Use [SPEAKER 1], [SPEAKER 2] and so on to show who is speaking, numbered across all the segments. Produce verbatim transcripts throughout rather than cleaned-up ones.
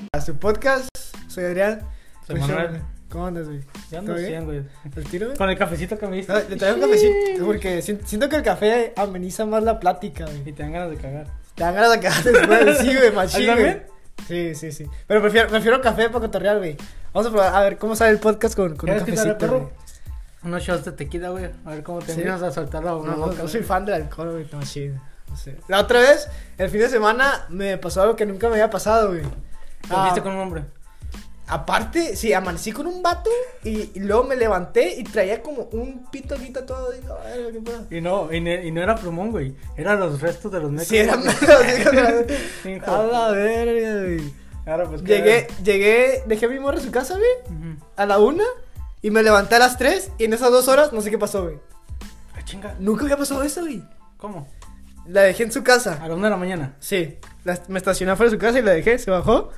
[SPEAKER 1] A su podcast, soy Adrián.
[SPEAKER 2] Soy Manuel.
[SPEAKER 1] ¿Cómo andas, güey?
[SPEAKER 2] Ya ando bien, güey.
[SPEAKER 1] ¿El tiro, güey?
[SPEAKER 2] Con el cafecito que me diste.
[SPEAKER 1] No, le traigo un cafecito porque siento, siento que el café ameniza más la plática, güey.
[SPEAKER 2] Y te dan ganas de cagar.
[SPEAKER 1] Te dan ganas de cagar después, sí, güey, machín,
[SPEAKER 2] ¿A mí
[SPEAKER 1] güey. Sí, sí, sí. Pero prefiero, prefiero café para cotorrear, güey. Vamos a probar, a ver cómo sale el podcast con, con un
[SPEAKER 2] ¿Quieres quitarle,
[SPEAKER 1] cafecito,
[SPEAKER 2] perro?
[SPEAKER 1] güey.
[SPEAKER 2] Unos shots de tequila, güey. A ver cómo te
[SPEAKER 1] ¿Sí?
[SPEAKER 2] empiezas a soltar la una
[SPEAKER 1] No,
[SPEAKER 2] boca.
[SPEAKER 1] no soy
[SPEAKER 2] güey.
[SPEAKER 1] fan del alcohol, güey, machín. No sé. La otra vez, el fin de semana, me pasó algo que nunca me había pasado, güey.
[SPEAKER 2] ¿Te
[SPEAKER 1] Ah,
[SPEAKER 2] viste con un hombre?
[SPEAKER 1] Aparte, sí, amanecí con un vato y, y luego me levanté y traía como un pito aquí todo. Digo, a ver, ¿qué pasa?
[SPEAKER 2] Y no, y, ne- y no era plumón, güey. Eran los restos de los mecos.
[SPEAKER 1] Sí, era
[SPEAKER 2] güey.
[SPEAKER 1] menos.
[SPEAKER 2] Hijo.
[SPEAKER 1] A la verga, güey.
[SPEAKER 2] Claro, pues, ¿qué
[SPEAKER 1] Llegué,
[SPEAKER 2] era?
[SPEAKER 1] llegué, dejé a mi morra en su casa, güey,
[SPEAKER 2] Ujú.
[SPEAKER 1] a la una. Y me levanté a las tres. Y en esas dos horas, no sé qué pasó, güey.
[SPEAKER 2] Ah, chinga.
[SPEAKER 1] Nunca había pasado eso, güey.
[SPEAKER 2] ¿Cómo?
[SPEAKER 1] La dejé en su casa.
[SPEAKER 2] A la una de la mañana.
[SPEAKER 1] Sí, la- me estacioné afuera de su casa y la dejé, se bajó.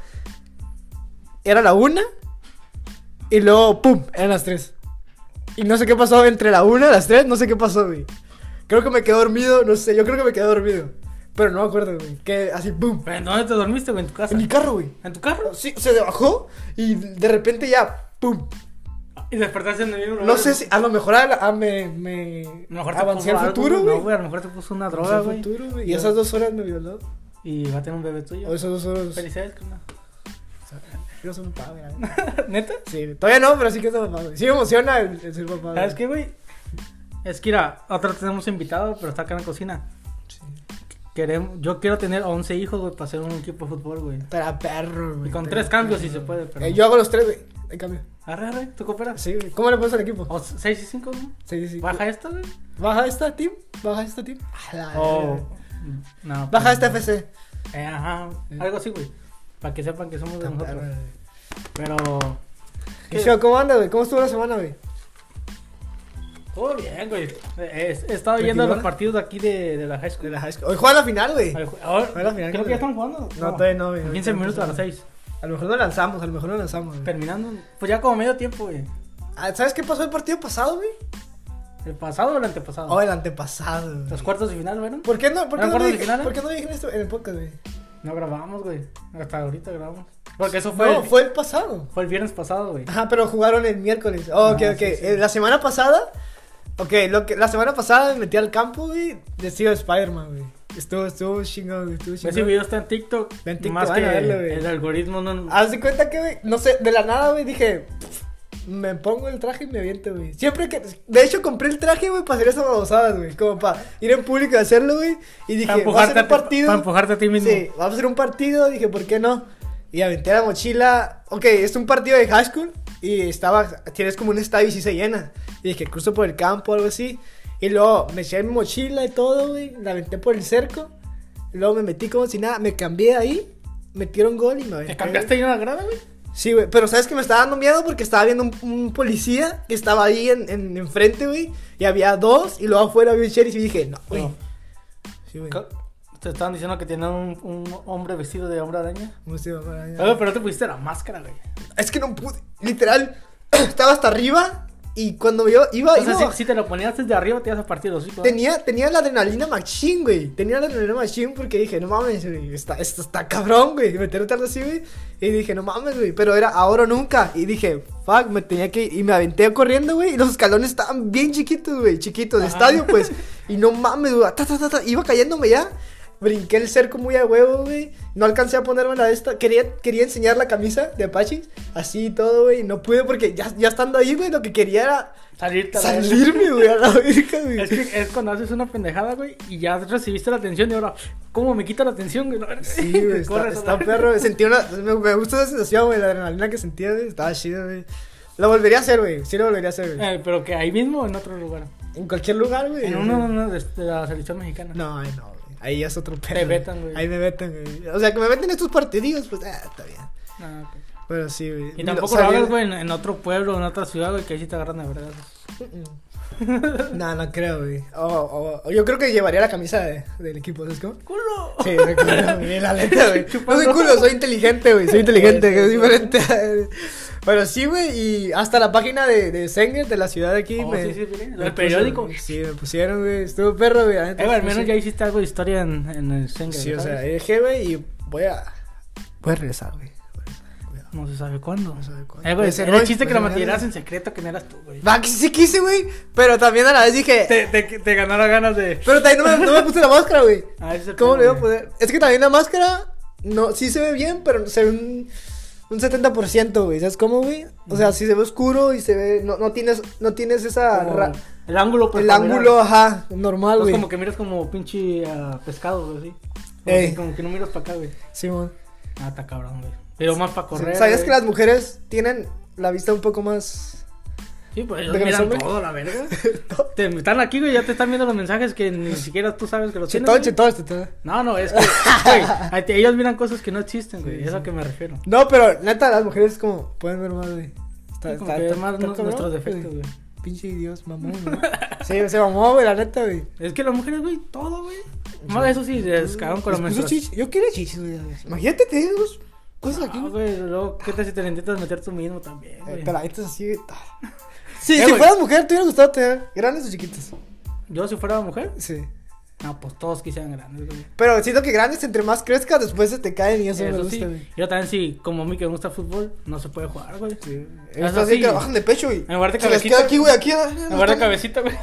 [SPEAKER 1] Era la una. Y luego, pum, eran las tres. Y no sé qué pasó entre la una y las tres, no sé qué pasó, güey. Creo que me quedé dormido, no sé, yo creo que me quedé dormido. Pero no me acuerdo, güey. Que así, pum.
[SPEAKER 2] ¿Pero en dónde te dormiste, güey? ¿En tu casa?
[SPEAKER 1] En mi carro, güey.
[SPEAKER 2] ¿En tu carro?
[SPEAKER 1] Sí, se bajó y de repente ya, pum.
[SPEAKER 2] Y despertaste en el mismo lugar.
[SPEAKER 1] No sé si, a lo mejor a la- a me, me
[SPEAKER 2] A lo mejor te
[SPEAKER 1] avancé
[SPEAKER 2] puso
[SPEAKER 1] al
[SPEAKER 2] algo,
[SPEAKER 1] futuro, güey.
[SPEAKER 2] No, güey, a lo mejor te puso una
[SPEAKER 1] Avancé
[SPEAKER 2] droga,
[SPEAKER 1] al
[SPEAKER 2] güey.
[SPEAKER 1] futuro, güey. Y
[SPEAKER 2] Ya.
[SPEAKER 1] esas dos horas me violó.
[SPEAKER 2] Y va a tener un bebé tuyo.
[SPEAKER 1] O esas dos horas.
[SPEAKER 2] Felicidades, carnal.
[SPEAKER 1] Yo soy un papá, güey.
[SPEAKER 2] ¿Neta?
[SPEAKER 1] Sí, todavía no, pero sí que soy papá, güey. Sí me emociona el, el ser papá.
[SPEAKER 2] ¿Sabes
[SPEAKER 1] güey.
[SPEAKER 2] qué, güey? Es que, mira, otra tenemos invitado, pero está acá en la cocina.
[SPEAKER 1] Sí.
[SPEAKER 2] Queremos, yo quiero tener once hijos, güey, para hacer un equipo de fútbol, güey.
[SPEAKER 1] Para perro, güey.
[SPEAKER 2] Y con
[SPEAKER 1] para
[SPEAKER 2] tres cambios,
[SPEAKER 1] perro.
[SPEAKER 2] si se puede, pero...
[SPEAKER 1] Eh, yo hago los tres, güey. En cambio.
[SPEAKER 2] Arre, arre, ¿tú cooperas?
[SPEAKER 1] Sí, güey. ¿Cómo le pones al equipo?
[SPEAKER 2] ¿O seis y cinco, no?
[SPEAKER 1] Sí, sí, sí.
[SPEAKER 2] ¿Baja esta, güey?
[SPEAKER 1] Baja esta, team. Baja esta, team. A la
[SPEAKER 2] O...
[SPEAKER 1] verga.
[SPEAKER 2] No,
[SPEAKER 1] Baja
[SPEAKER 2] pues,
[SPEAKER 1] esta F C.
[SPEAKER 2] Eh, ajá, algo así, güey. Para que sepan que somos de
[SPEAKER 1] Tan
[SPEAKER 2] nosotros.
[SPEAKER 1] perro, güey.
[SPEAKER 2] Pero...
[SPEAKER 1] ¿Qué show? ¿Cómo anda, güey? ¿Cómo estuvo la semana, güey?
[SPEAKER 2] Todo bien, güey. He, he estado viendo los partidos de aquí de, de la high school.
[SPEAKER 1] De la high school. Hoy juega la final, güey.
[SPEAKER 2] Al- Ahora,
[SPEAKER 1] Fue la final
[SPEAKER 2] creo
[SPEAKER 1] que-
[SPEAKER 2] que ya están jugando.
[SPEAKER 1] No, todavía no, güey.
[SPEAKER 2] En quince minutos a las seis.
[SPEAKER 1] A lo mejor lo lanzamos, a lo mejor lo lanzamos, güey.
[SPEAKER 2] Terminando, pues ya como medio tiempo, güey.
[SPEAKER 1] Ah, ¿sabes qué pasó el partido pasado, güey?
[SPEAKER 2] ¿El pasado o el antepasado?
[SPEAKER 1] Oh, el antepasado, güey.
[SPEAKER 2] Los cuartos de final, ¿verdad?
[SPEAKER 1] ¿Por qué no, por qué
[SPEAKER 2] ¿Eran
[SPEAKER 1] no,
[SPEAKER 2] cuartos de
[SPEAKER 1] dije,
[SPEAKER 2] final, eh?
[SPEAKER 1] ¿por qué no dije esto en el podcast, güey?
[SPEAKER 2] No grabamos, güey. Hasta ahorita grabamos. Porque eso fue,
[SPEAKER 1] No,
[SPEAKER 2] el,
[SPEAKER 1] fue el pasado.
[SPEAKER 2] fue el viernes pasado, güey.
[SPEAKER 1] Ajá, pero jugaron el miércoles. Oh, ok,
[SPEAKER 2] Ah,
[SPEAKER 1] ok.
[SPEAKER 2] sí, sí.
[SPEAKER 1] Eh, la semana pasada. Ok, lo que, la semana pasada me metí al campo, güey. Vestido de Spider-Man, güey. Estuvo, estuvo chingón, güey. Estuvo
[SPEAKER 2] Ese
[SPEAKER 1] chingón.
[SPEAKER 2] video está en TikTok.
[SPEAKER 1] Ve en TikTok,
[SPEAKER 2] más
[SPEAKER 1] vayan
[SPEAKER 2] que
[SPEAKER 1] a verlo, güey.
[SPEAKER 2] el algoritmo no.
[SPEAKER 1] Haz de cuenta que, güey, no sé, de la nada, güey, dije. Me pongo el traje y me aviento, güey. Siempre que. De hecho, compré el traje, güey, para hacer esas babosadas, güey. Como para ir en público a hacerlo, güey. Y dije,
[SPEAKER 2] Para
[SPEAKER 1] vamos a hacer
[SPEAKER 2] empujarte,
[SPEAKER 1] un
[SPEAKER 2] a ti-
[SPEAKER 1] partido.
[SPEAKER 2] para empujarte a ti mismo.
[SPEAKER 1] Sí, vamos a hacer un partido. Dije, ¿por qué no? Y aventé la mochila. Ok, es un partido de high school. Y estaba. Tienes como un estadio y sí se llena. Y dije, cruzo por el campo o algo así. Y luego me eché mi mochila y todo, güey. La aventé por el cerco. Y luego me metí como si nada. Me cambié ahí. Metieron gol y me aventé.
[SPEAKER 2] ¿Te cambiaste ahí en la grada, güey?
[SPEAKER 1] Sí, güey, pero ¿sabes que me estaba dando miedo? Porque estaba viendo un, un policía que estaba ahí en, en, enfrente, güey. Y había dos, y luego afuera había un sheriff y dije, no, güey.
[SPEAKER 2] No.
[SPEAKER 1] Sí, güey.
[SPEAKER 2] Te estaban diciendo que tenían un, un hombre vestido de hombre araña.
[SPEAKER 1] No sé, para allá.
[SPEAKER 2] Oye, pero no te pusiste la máscara, güey.
[SPEAKER 1] Es que no pude, literal, estaba hasta arriba. Y cuando yo iba,
[SPEAKER 2] O sea,
[SPEAKER 1] iba
[SPEAKER 2] si, si te lo ponías desde arriba, te ibas a partir los hocico.
[SPEAKER 1] tenía, tenía la adrenalina machine, güey. Tenía la adrenalina machine porque dije, no mames, güey. Está, esto está cabrón, güey. Meter tarde así, güey. Y dije, no mames, güey. Pero era ahora o nunca. Y dije, fuck, me tenía que ir. Y me aventé corriendo, güey. Y los escalones estaban bien chiquitos, güey. Chiquitos, de
[SPEAKER 2] Ajá.
[SPEAKER 1] estadio, pues. Y no mames, güey. Ta, ta, ta, ta. Iba cayéndome ya. Brinqué el cerco muy a huevo, güey. No alcancé a ponerme la de esta. Quería, quería enseñar la camisa de Apache. Así y todo, güey. No pude porque ya, ya estando ahí, güey, lo que quería era
[SPEAKER 2] Salirte a la verga.
[SPEAKER 1] salirme, güey, a la verga, güey.
[SPEAKER 2] Es que es cuando haces una pendejada, güey, y ya recibiste la atención y ahora, ¿cómo me quita la atención, güey?
[SPEAKER 1] Sí, güey, está,
[SPEAKER 2] Corres a
[SPEAKER 1] está
[SPEAKER 2] la-
[SPEAKER 1] perro, güey. Sentí una. Me, me gustó esa sensación, güey. La adrenalina que sentía, güey. Estaba chido, güey. Lo volvería a hacer, güey. Sí, lo volvería a hacer, güey.
[SPEAKER 2] Eh, pero que ahí mismo o en otro lugar.
[SPEAKER 1] En cualquier lugar, güey.
[SPEAKER 2] En uno, uno de, de la selección mexicana.
[SPEAKER 1] No, ay, no, güey. Ahí ya es otro pedo.
[SPEAKER 2] Te vetan, güey.
[SPEAKER 1] Ahí me vetan, güey. O sea, que me veten estos partidillos, pues, ah, está bien.
[SPEAKER 2] Ah, ok.
[SPEAKER 1] Pero sí, güey.
[SPEAKER 2] Y tampoco
[SPEAKER 1] Lo-
[SPEAKER 2] lo
[SPEAKER 1] sabía-
[SPEAKER 2] hagas, güey, en, en otro pueblo, en otra ciudad, güey, que ahí sí te agarran de verdad.
[SPEAKER 1] No, no creo, güey. O, o, o yo creo que llevaría la camisa de- del equipo, ¿sabes cómo?
[SPEAKER 2] ¡Culo!
[SPEAKER 1] Sí, de culo, güey, la neta, güey. No
[SPEAKER 2] Chupando.
[SPEAKER 1] soy culo, soy inteligente, güey. Soy inteligente,
[SPEAKER 2] Sí,
[SPEAKER 1] que es
[SPEAKER 2] sí,
[SPEAKER 1] diferente. Pero sí, güey, y hasta la página de, de Sanger, de la ciudad de aquí,
[SPEAKER 2] Oh,
[SPEAKER 1] me...
[SPEAKER 2] sí, sí, sí,
[SPEAKER 1] me
[SPEAKER 2] el
[SPEAKER 1] puso,
[SPEAKER 2] periódico.
[SPEAKER 1] güey. Sí, me pusieron, güey. Estuvo perro, güey. la neta,
[SPEAKER 2] Eh, güey, al
[SPEAKER 1] sí,
[SPEAKER 2] menos
[SPEAKER 1] sí.
[SPEAKER 2] ya hiciste algo de historia en, en el Senga.
[SPEAKER 1] Sí, o
[SPEAKER 2] ¿sabes?
[SPEAKER 1] sea, dejé, güey, y voy a... Voy a regresar, güey.
[SPEAKER 2] No se sabe cuándo.
[SPEAKER 1] No sabe cuándo.
[SPEAKER 2] Eh, güey,
[SPEAKER 1] Puede
[SPEAKER 2] era el
[SPEAKER 1] hoy,
[SPEAKER 2] chiste que
[SPEAKER 1] puede
[SPEAKER 2] lo
[SPEAKER 1] ser
[SPEAKER 2] mantieras
[SPEAKER 1] mañana.
[SPEAKER 2] en secreto, que no eras tú, güey.
[SPEAKER 1] Va, que sí quise, güey. Pero también a la vez dije.
[SPEAKER 2] Te, te, te ganara ganas de...
[SPEAKER 1] Pero también no me, no me puse la máscara, güey.
[SPEAKER 2] Ah, ese es el
[SPEAKER 1] ¿Cómo le
[SPEAKER 2] pedo,
[SPEAKER 1] iba a
[SPEAKER 2] güey.
[SPEAKER 1] poner? Es que también la máscara. No, sí se ve bien, pero se ve un. Un setenta por ciento, güey. ¿Sabes cómo, güey? O sea, si se ve oscuro y se ve. No, no tienes, no tienes esa.
[SPEAKER 2] Como
[SPEAKER 1] ra-
[SPEAKER 2] el ángulo, pues,
[SPEAKER 1] el
[SPEAKER 2] para
[SPEAKER 1] ángulo,
[SPEAKER 2] mirar.
[SPEAKER 1] ajá, normal,
[SPEAKER 2] Es
[SPEAKER 1] güey.
[SPEAKER 2] como que miras como pinche ah, pescado, güey, así. Como
[SPEAKER 1] Ey.
[SPEAKER 2] que, como que no miras para acá, güey.
[SPEAKER 1] Sí, man.
[SPEAKER 2] Ah, está cabrón, güey. Pero más para correr.
[SPEAKER 1] ¿Sabías
[SPEAKER 2] güey.
[SPEAKER 1] que las mujeres tienen la vista un poco más.
[SPEAKER 2] Sí, pues ellos
[SPEAKER 1] ¿De que los
[SPEAKER 2] miran
[SPEAKER 1] hombres?
[SPEAKER 2] todo, la verga. Te están aquí, güey, ya te están viendo los mensajes que ni siquiera tú sabes que los tienen.
[SPEAKER 1] Chetón,
[SPEAKER 2] güey.
[SPEAKER 1] chetón, chetón.
[SPEAKER 2] No, no, es que, güey, a ti- ellos miran cosas que no existen, güey.
[SPEAKER 1] Sí,
[SPEAKER 2] Es a
[SPEAKER 1] sí.
[SPEAKER 2] lo que me refiero.
[SPEAKER 1] No, pero neta, las mujeres como. Pueden ver más, güey. Está,
[SPEAKER 2] Sí, como que es más nu-
[SPEAKER 1] cabrón,
[SPEAKER 2] nuestros defectos, güey.
[SPEAKER 1] Pinche Dios, mamón, güey. Sí, se mamó, güey, la neta, güey.
[SPEAKER 2] Es que las mujeres, güey, todo, güey. No, eso sí, les cagaron con la
[SPEAKER 1] Les puso
[SPEAKER 2] menstruación.
[SPEAKER 1] chichis. Yo quiero chichis, güey. Imagínate, te digo dos cosas aquí.
[SPEAKER 2] Ah, güey, luego, ¿qué tal si te la intentas meter tú mismo también,
[SPEAKER 1] Eh,
[SPEAKER 2] güey?
[SPEAKER 1] Peladitas así, güey. Sí,
[SPEAKER 2] Eh,
[SPEAKER 1] si
[SPEAKER 2] güey.
[SPEAKER 1] fueras mujer, te hubiera gustado tener grandes o chiquitos.
[SPEAKER 2] Yo, si fuera mujer,
[SPEAKER 1] Sí.
[SPEAKER 2] no, pues todos quisieran grandes, güey.
[SPEAKER 1] Pero siento que grandes, entre más crezcas, después se te caen y eso, me
[SPEAKER 2] Eso
[SPEAKER 1] gusta,
[SPEAKER 2] sí.
[SPEAKER 1] güey.
[SPEAKER 2] Yo también, sí, como a mí que me gusta el fútbol, no se puede jugar, güey.
[SPEAKER 1] Sí.
[SPEAKER 2] Eso
[SPEAKER 1] Esto así
[SPEAKER 2] sí.
[SPEAKER 1] que lo bajan de pecho, güey.
[SPEAKER 2] En lugar de
[SPEAKER 1] Se les
[SPEAKER 2] cabecita.
[SPEAKER 1] queda aquí, güey, aquí.
[SPEAKER 2] En lugar de cabecita, güey.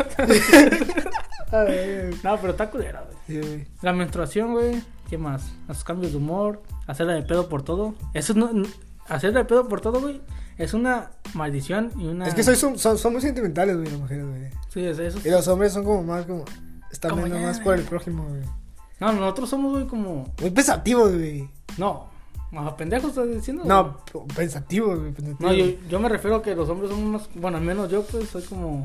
[SPEAKER 1] A ver,
[SPEAKER 2] No, pero está culera, güey.
[SPEAKER 1] sí, güey.
[SPEAKER 2] La menstruación, güey. ¿Qué más? Los cambios de humor. Hacerla de pedo por todo. Eso no. n- Hacerla de pedo por todo, güey. Es una maldición y una.
[SPEAKER 1] Es que soy, son, son, son muy sentimentales, güey, las mujeres, güey.
[SPEAKER 2] Sí, es eso.
[SPEAKER 1] Y los hombres son como más, como. Están
[SPEAKER 2] Como
[SPEAKER 1] viendo
[SPEAKER 2] ya,
[SPEAKER 1] más por el
[SPEAKER 2] güey.
[SPEAKER 1] prójimo, güey.
[SPEAKER 2] No, nosotros somos, güey, como.
[SPEAKER 1] Muy pensativos, güey.
[SPEAKER 2] No. Más pendejos, ¿estás diciendo?
[SPEAKER 1] No, p- pensativos, güey. Pensativos.
[SPEAKER 2] No, yo, yo me refiero a que los hombres somos más. Bueno, al menos yo, pues, soy como.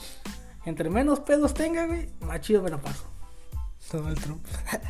[SPEAKER 2] Entre menos pedos tenga, güey, más chido me la paso.
[SPEAKER 1] Donald Trump.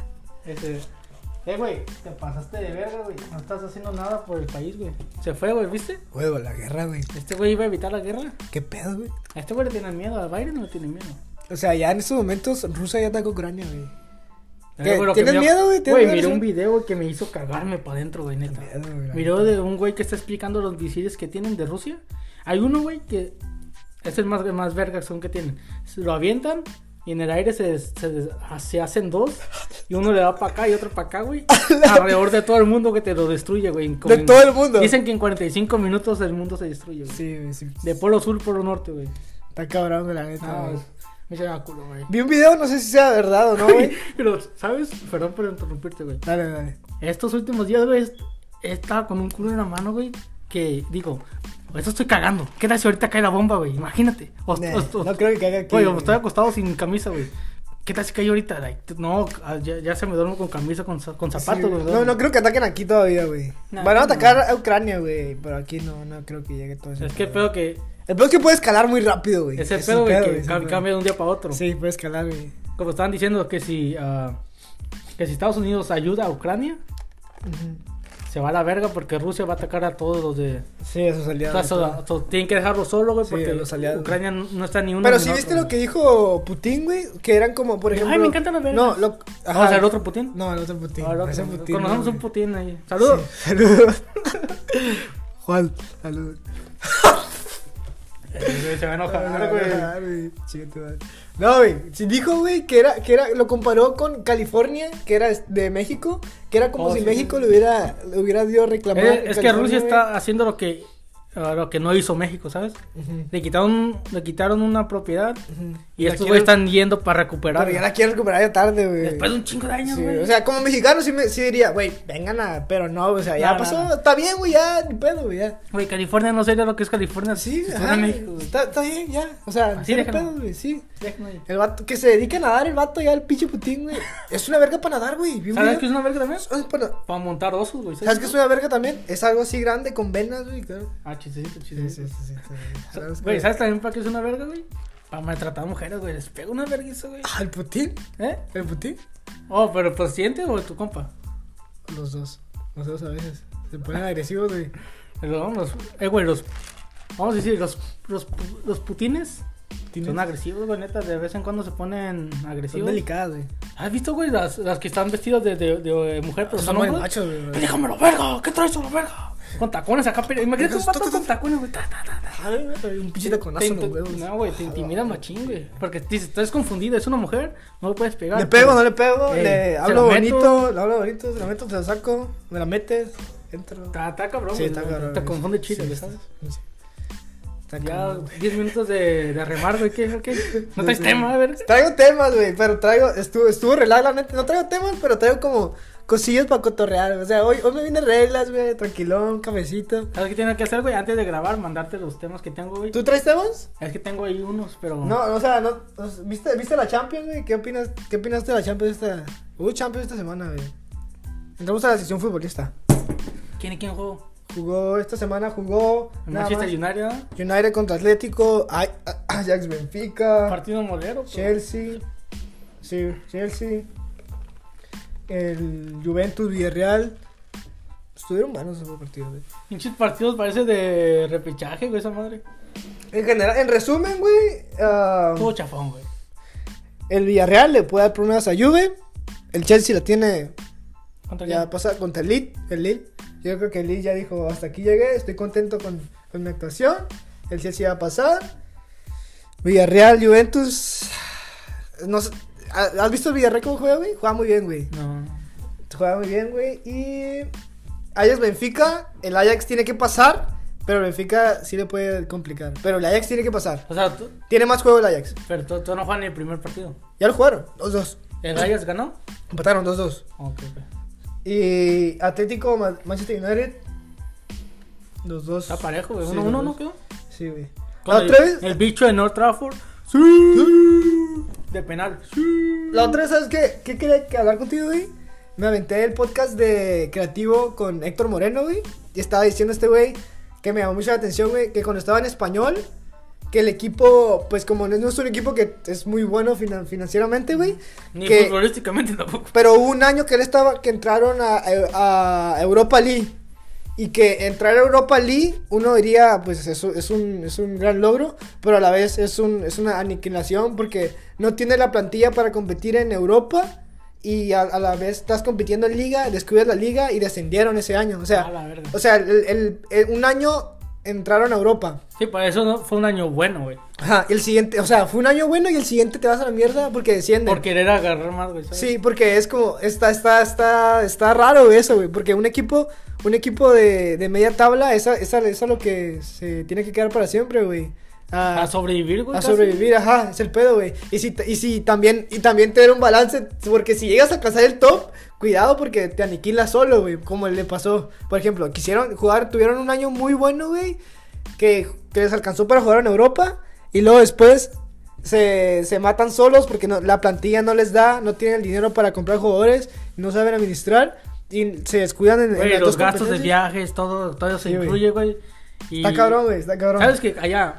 [SPEAKER 2] Ese. Eh, güey, te pasaste de verga, güey. No estás haciendo nada por el país, güey. Se fue, güey, ¿viste?
[SPEAKER 1] Huevo, la guerra, güey.
[SPEAKER 2] Este güey iba a evitar la guerra.
[SPEAKER 1] ¿Qué pedo, güey?
[SPEAKER 2] A este güey le tiene miedo. A Biden no le tiene miedo.
[SPEAKER 1] O sea, ya en estos momentos Rusia ya atacó Ucrania, güey.
[SPEAKER 2] Eh,
[SPEAKER 1] ¿Qué?
[SPEAKER 2] güey, lo que
[SPEAKER 1] ¿Tienes
[SPEAKER 2] me-
[SPEAKER 1] miedo, güey? ¿Tienes
[SPEAKER 2] Güey,
[SPEAKER 1] miedo,
[SPEAKER 2] miré
[SPEAKER 1] sí?
[SPEAKER 2] un video, güey, que me hizo cagarme para adentro, güey, neta.
[SPEAKER 1] Miedo, güey, la
[SPEAKER 2] Miró
[SPEAKER 1] neta.
[SPEAKER 2] de un güey que está explicando los misiles que tienen de Rusia. Hay uno, güey, que es el más, más verga son que tienen. Se lo avientan y en el aire se, se, se hacen dos. Y uno le da para acá y otro para acá, güey. Alrededor de todo el mundo que te lo destruye, güey. Como
[SPEAKER 1] De
[SPEAKER 2] en-
[SPEAKER 1] todo el mundo.
[SPEAKER 2] Dicen que en cuarenta y cinco minutos el mundo se destruye, güey.
[SPEAKER 1] Sí, güey, sí.
[SPEAKER 2] De polo sur, polo norte, güey.
[SPEAKER 1] Está cabrón, güey, la neta,
[SPEAKER 2] No,
[SPEAKER 1] güey.
[SPEAKER 2] es- me echa la culo, güey.
[SPEAKER 1] Vi un video, no sé si sea verdad o no, güey.
[SPEAKER 2] Pero, ¿sabes? Perdón por interrumpirte, güey.
[SPEAKER 1] Dale, dale.
[SPEAKER 2] Estos últimos días, güey, est- estaba con un culo en la mano, güey, que digo, esto estoy cagando. ¿Qué tal si ahorita cae la bomba, güey? Imagínate. O,
[SPEAKER 1] Nah,
[SPEAKER 2] o- o-
[SPEAKER 1] no creo que caiga aquí.
[SPEAKER 2] Güey, o
[SPEAKER 1] güey.
[SPEAKER 2] estoy acostado sin camisa, güey. ¿Qué tal si cae ahorita? Like, no, ah, ya, ya se me duermo con camisa, con, za- con zapatos,
[SPEAKER 1] Sí,
[SPEAKER 2] güey.
[SPEAKER 1] no, no creo que ataquen aquí todavía, güey.
[SPEAKER 2] Nah,
[SPEAKER 1] Van a
[SPEAKER 2] no.
[SPEAKER 1] atacar a Ucrania, güey. Pero aquí no, no creo que llegue todo eso.
[SPEAKER 2] Es que el pedo que...
[SPEAKER 1] El pedo es que puede escalar muy rápido, güey.
[SPEAKER 2] Ese
[SPEAKER 1] Es
[SPEAKER 2] pedo,
[SPEAKER 1] el
[SPEAKER 2] güey, que
[SPEAKER 1] ese
[SPEAKER 2] ca-
[SPEAKER 1] pedo.
[SPEAKER 2] cambia de un día para otro.
[SPEAKER 1] Sí, puede escalar, güey.
[SPEAKER 2] Como estaban diciendo que si... ah, que si Estados Unidos ayuda a Ucrania,
[SPEAKER 1] Ujú.
[SPEAKER 2] se va a la verga porque Rusia va a atacar a todos los de...
[SPEAKER 1] Sí, esos
[SPEAKER 2] O sea,
[SPEAKER 1] aliados.
[SPEAKER 2] so- so- tienen que dejarlo solo, güey,
[SPEAKER 1] Sí,
[SPEAKER 2] porque
[SPEAKER 1] los aliados.
[SPEAKER 2] Ucrania no no está ni uno
[SPEAKER 1] Pero
[SPEAKER 2] ni
[SPEAKER 1] sí
[SPEAKER 2] el
[SPEAKER 1] viste
[SPEAKER 2] otro,
[SPEAKER 1] lo que dijo Putin, güey, que eran como, por
[SPEAKER 2] Ay,
[SPEAKER 1] ejemplo...
[SPEAKER 2] me encantan las vergas.
[SPEAKER 1] No, lo...
[SPEAKER 2] O sea, el otro Putin.
[SPEAKER 1] No, el otro Putin.
[SPEAKER 2] Ah, el otro.
[SPEAKER 1] Ese Putin,
[SPEAKER 2] Conocemos
[SPEAKER 1] güey.
[SPEAKER 2] un Putin ahí. Saludos.
[SPEAKER 1] Sí, saludos. Juan, saludos.
[SPEAKER 2] Eh, Se va a enojar,
[SPEAKER 1] Ah,
[SPEAKER 2] güey.
[SPEAKER 1] ah, güey, chinga tu madre. No, güey, sí dijo, güey, que era, que era, lo comparó con California, que era de México, que era como
[SPEAKER 2] Oh,
[SPEAKER 1] si
[SPEAKER 2] sí,
[SPEAKER 1] México
[SPEAKER 2] sí.
[SPEAKER 1] le hubiera, le hubiera dio a reclamar.
[SPEAKER 2] Eh, es que
[SPEAKER 1] California,
[SPEAKER 2] Rusia
[SPEAKER 1] güey.
[SPEAKER 2] está haciendo lo que ah, lo que no hizo México, ¿sabes?
[SPEAKER 1] Ujú,
[SPEAKER 2] Le quitaron le quitaron una propiedad
[SPEAKER 1] ujú.
[SPEAKER 2] y
[SPEAKER 1] La
[SPEAKER 2] estos
[SPEAKER 1] quieren-
[SPEAKER 2] güeyes están yendo para recuperar.
[SPEAKER 1] Pero ya la quiero recuperar ya tarde, güey.
[SPEAKER 2] Después de un chingo de años,
[SPEAKER 1] Sí,
[SPEAKER 2] güey.
[SPEAKER 1] o sea, como mexicano sí, me, sí diría, güey, vengan a... Pero no, o sea, ya
[SPEAKER 2] No, no,
[SPEAKER 1] pasó,
[SPEAKER 2] no.
[SPEAKER 1] está bien, güey, ya, ni pedo, güey, ya.
[SPEAKER 2] Güey, California no sería lo que es California
[SPEAKER 1] Sí,
[SPEAKER 2] si
[SPEAKER 1] ajá,
[SPEAKER 2] fuera México, güey.
[SPEAKER 1] está, está bien, ya. O sea,
[SPEAKER 2] Así
[SPEAKER 1] sí,
[SPEAKER 2] déjalo.
[SPEAKER 1] pedo, güey, sí.
[SPEAKER 2] Déjenlo ahí.
[SPEAKER 1] El vato, que se dedica a nadar, el vato ya, el pinche Putin, güey. Es una verga para nadar, güey. vi un
[SPEAKER 2] ¿Sabes
[SPEAKER 1] video.
[SPEAKER 2] qué es una verga también?
[SPEAKER 1] Ay, para-
[SPEAKER 2] Para montar osos, güey.
[SPEAKER 1] ¿Sabes qué es una verga también? Es algo así grande con venas, güey, claro.
[SPEAKER 2] Ah, chistecito,
[SPEAKER 1] Sí,
[SPEAKER 2] chistecito.
[SPEAKER 1] sí, sí, sí, sí. ¿Sabes
[SPEAKER 2] Güey,
[SPEAKER 1] qué?
[SPEAKER 2] ¿sabes también para qué es una verga, güey? Para maltratar a mujeres, güey. Les pega una vergüenza, güey.
[SPEAKER 1] Ah, ¿el Putin?
[SPEAKER 2] ¿Eh?
[SPEAKER 1] ¿El Putin?
[SPEAKER 2] Oh, pero el presidente o tu compa.
[SPEAKER 1] Los dos. Los dos a veces. Se ponen agresivos, güey.
[SPEAKER 2] Pero, los, eh, güey, los. Vamos a decir, los, los, pu- los putines
[SPEAKER 1] ¿Tienes?
[SPEAKER 2] son agresivos, güey, neta. De vez en cuando se ponen
[SPEAKER 1] Son
[SPEAKER 2] agresivos.
[SPEAKER 1] delicadas, güey.
[SPEAKER 2] ¿Has visto, güey, las, las que están vestidas de, de, de, mujer, pero son
[SPEAKER 1] muy
[SPEAKER 2] hombres?
[SPEAKER 1] machos, güey.
[SPEAKER 2] ¡Eh, déjamelo, verga! ¿Qué traes, la verga? Con tacones acá, pero imagínate un vato con tacones, güey. Ta, ta, ta, ta.
[SPEAKER 1] Ay, güey, un pinche taconazo
[SPEAKER 2] Te-
[SPEAKER 1] en los
[SPEAKER 2] te-
[SPEAKER 1] huevos.
[SPEAKER 2] No, güey, te intimida machín, güey. Porque dices, estás confundida, es una mujer, no le puedes pegar.
[SPEAKER 1] Le pego,
[SPEAKER 2] pero-
[SPEAKER 1] no le pego,
[SPEAKER 2] Ey,
[SPEAKER 1] le
[SPEAKER 2] se
[SPEAKER 1] hablo
[SPEAKER 2] la meto.
[SPEAKER 1] bonito, le hablo bonito, se la meto, se la saco, me la metes. entro.
[SPEAKER 2] Está, está cabrón,
[SPEAKER 1] Sí,
[SPEAKER 2] güey.
[SPEAKER 1] está cabrón.
[SPEAKER 2] Te
[SPEAKER 1] güey.
[SPEAKER 2] confunde Chile,
[SPEAKER 1] Sí,
[SPEAKER 2] ¿sabes?
[SPEAKER 1] sí. Está
[SPEAKER 2] Ya
[SPEAKER 1] cabrón.
[SPEAKER 2] diez minutos de, de remar, güey. ¿Qué? ¿Qué? ¿No
[SPEAKER 1] No
[SPEAKER 2] traes
[SPEAKER 1] sé.
[SPEAKER 2] tema? A ver.
[SPEAKER 1] Traigo temas, güey, pero traigo, estuvo, estuvo relax, la neta, no traigo temas, pero traigo como cosillas para cotorrear, o sea, hoy, hoy me vienen reglas, güey, tranquilón, cafecito.
[SPEAKER 2] ¿Sabes qué tengo que hacer, güey? Antes de grabar, mandarte los temas que tengo, güey.
[SPEAKER 1] ¿Tú traes temas?
[SPEAKER 2] Es que tengo ahí unos, pero...
[SPEAKER 1] No, o sea, no, o sea, ¿viste, ¿viste la Champions, güey? ¿Qué opinas, qué opinaste de la Champions esta? Hubo Champions esta semana, güey. Entramos a la sección futbolista.
[SPEAKER 2] ¿Quién y quién jugó?
[SPEAKER 1] Jugó, esta semana jugó...
[SPEAKER 2] El
[SPEAKER 1] nada
[SPEAKER 2] Manchester
[SPEAKER 1] más,
[SPEAKER 2] United, ¿no?
[SPEAKER 1] United contra Atlético, Ay- Ajax Benfica,
[SPEAKER 2] Partido molero. pues.
[SPEAKER 1] Chelsea, sí, Chelsea, el Juventus Villarreal. Estuvieron buenos esos partidos, güey.
[SPEAKER 2] Pinches partidos parece de repechaje, güey, esa madre.
[SPEAKER 1] En general, en resumen, güey, ah,
[SPEAKER 2] Todo chafón, güey.
[SPEAKER 1] el Villarreal le puede dar problemas a Juve. El Chelsea la tiene
[SPEAKER 2] ¿Contra
[SPEAKER 1] ya
[SPEAKER 2] quién?
[SPEAKER 1] pasada contra el Lille, el Lille. Yo creo que el Lille ya dijo, hasta aquí llegué, estoy contento con, con mi actuación. El Chelsea va a pasar. Villarreal, Juventus. No sé, ¿has visto el Villarreal cómo juega, güey? Juega muy bien, güey.
[SPEAKER 2] No.
[SPEAKER 1] Juega muy bien, güey. Y Ajax Benfica, el Ajax tiene que pasar, pero el Benfica sí le puede complicar. Pero el Ajax tiene que pasar.
[SPEAKER 2] O sea, tú,
[SPEAKER 1] Tiene más juego el Ajax.
[SPEAKER 2] pero tú, tú no juegas ni el primer partido.
[SPEAKER 1] Ya lo jugaron, dos dos.
[SPEAKER 2] ¿El Ajax ganó?
[SPEAKER 1] Empataron dos dos.
[SPEAKER 2] Ok, ok.
[SPEAKER 1] Y Atlético Ma- Manchester United, los dos.
[SPEAKER 2] Está parejo, güey.
[SPEAKER 1] Sí,
[SPEAKER 2] Uno,
[SPEAKER 1] los
[SPEAKER 2] uno,
[SPEAKER 1] dos.
[SPEAKER 2] ¿no quedó?
[SPEAKER 1] Sí, güey.
[SPEAKER 2] Con
[SPEAKER 1] La
[SPEAKER 2] el,
[SPEAKER 1] otra vez.
[SPEAKER 2] el bicho de North Trafford. Sí. De penal.
[SPEAKER 1] La otra vez, ¿sabes qué? ¿Qué quería que hablar contigo, güey? Me aventé el podcast de creativo con Héctor Moreno, güey. Y estaba diciendo este güey que me llamó mucho la atención, güey, que cuando estaba en español, que el equipo, pues como no es un equipo que es muy bueno finan- financieramente, güey.
[SPEAKER 2] Ni
[SPEAKER 1] que-
[SPEAKER 2] futbolísticamente tampoco.
[SPEAKER 1] Pero hubo un año que él estaba, que entraron a, a Europa League. Y que entrar a Europa League, uno diría, pues es, es, un, es un gran logro, pero a la vez es, un, es una aniquilación porque no tiene la plantilla para competir en Europa y a, a la vez estás compitiendo en liga, descuidas la liga y descendieron ese año. O sea,
[SPEAKER 2] A la verga.
[SPEAKER 1] o sea el, el- el- un año entraron a Europa.
[SPEAKER 2] Sí, por eso no, fue un año bueno, güey.
[SPEAKER 1] Ajá, y el siguiente, o sea, fue un año bueno y el siguiente te vas a la mierda porque descienden.
[SPEAKER 2] Por querer agarrar más, güey. ¿sabes?
[SPEAKER 1] Sí, porque es como, está, está, está, está raro eso, güey, porque un equipo, un equipo de, de media tabla, esa, esa, esa es lo que se tiene que quedar para siempre, güey. A,
[SPEAKER 2] A sobrevivir, güey.
[SPEAKER 1] a
[SPEAKER 2] casi.
[SPEAKER 1] sobrevivir, ajá, es el pedo, güey. Y si, y si también, y también tener un balance, porque si llegas a alcanzar el top, cuidado porque te aniquilas solo, güey, como le pasó. Por ejemplo, quisieron jugar, tuvieron un año muy bueno, güey, que, que les alcanzó para jugar en Europa, y luego después se, se matan solos porque no, la plantilla no les da, no tienen el dinero para comprar jugadores, no saben administrar y se descuidan en, en
[SPEAKER 2] Güey,
[SPEAKER 1] las
[SPEAKER 2] los
[SPEAKER 1] dos
[SPEAKER 2] gastos de
[SPEAKER 1] competencias.
[SPEAKER 2] viajes, todo, todo se
[SPEAKER 1] Sí, güey.
[SPEAKER 2] incluye, güey. Y-
[SPEAKER 1] Está cabrón, güey, está cabrón.
[SPEAKER 2] ¿Sabes que allá?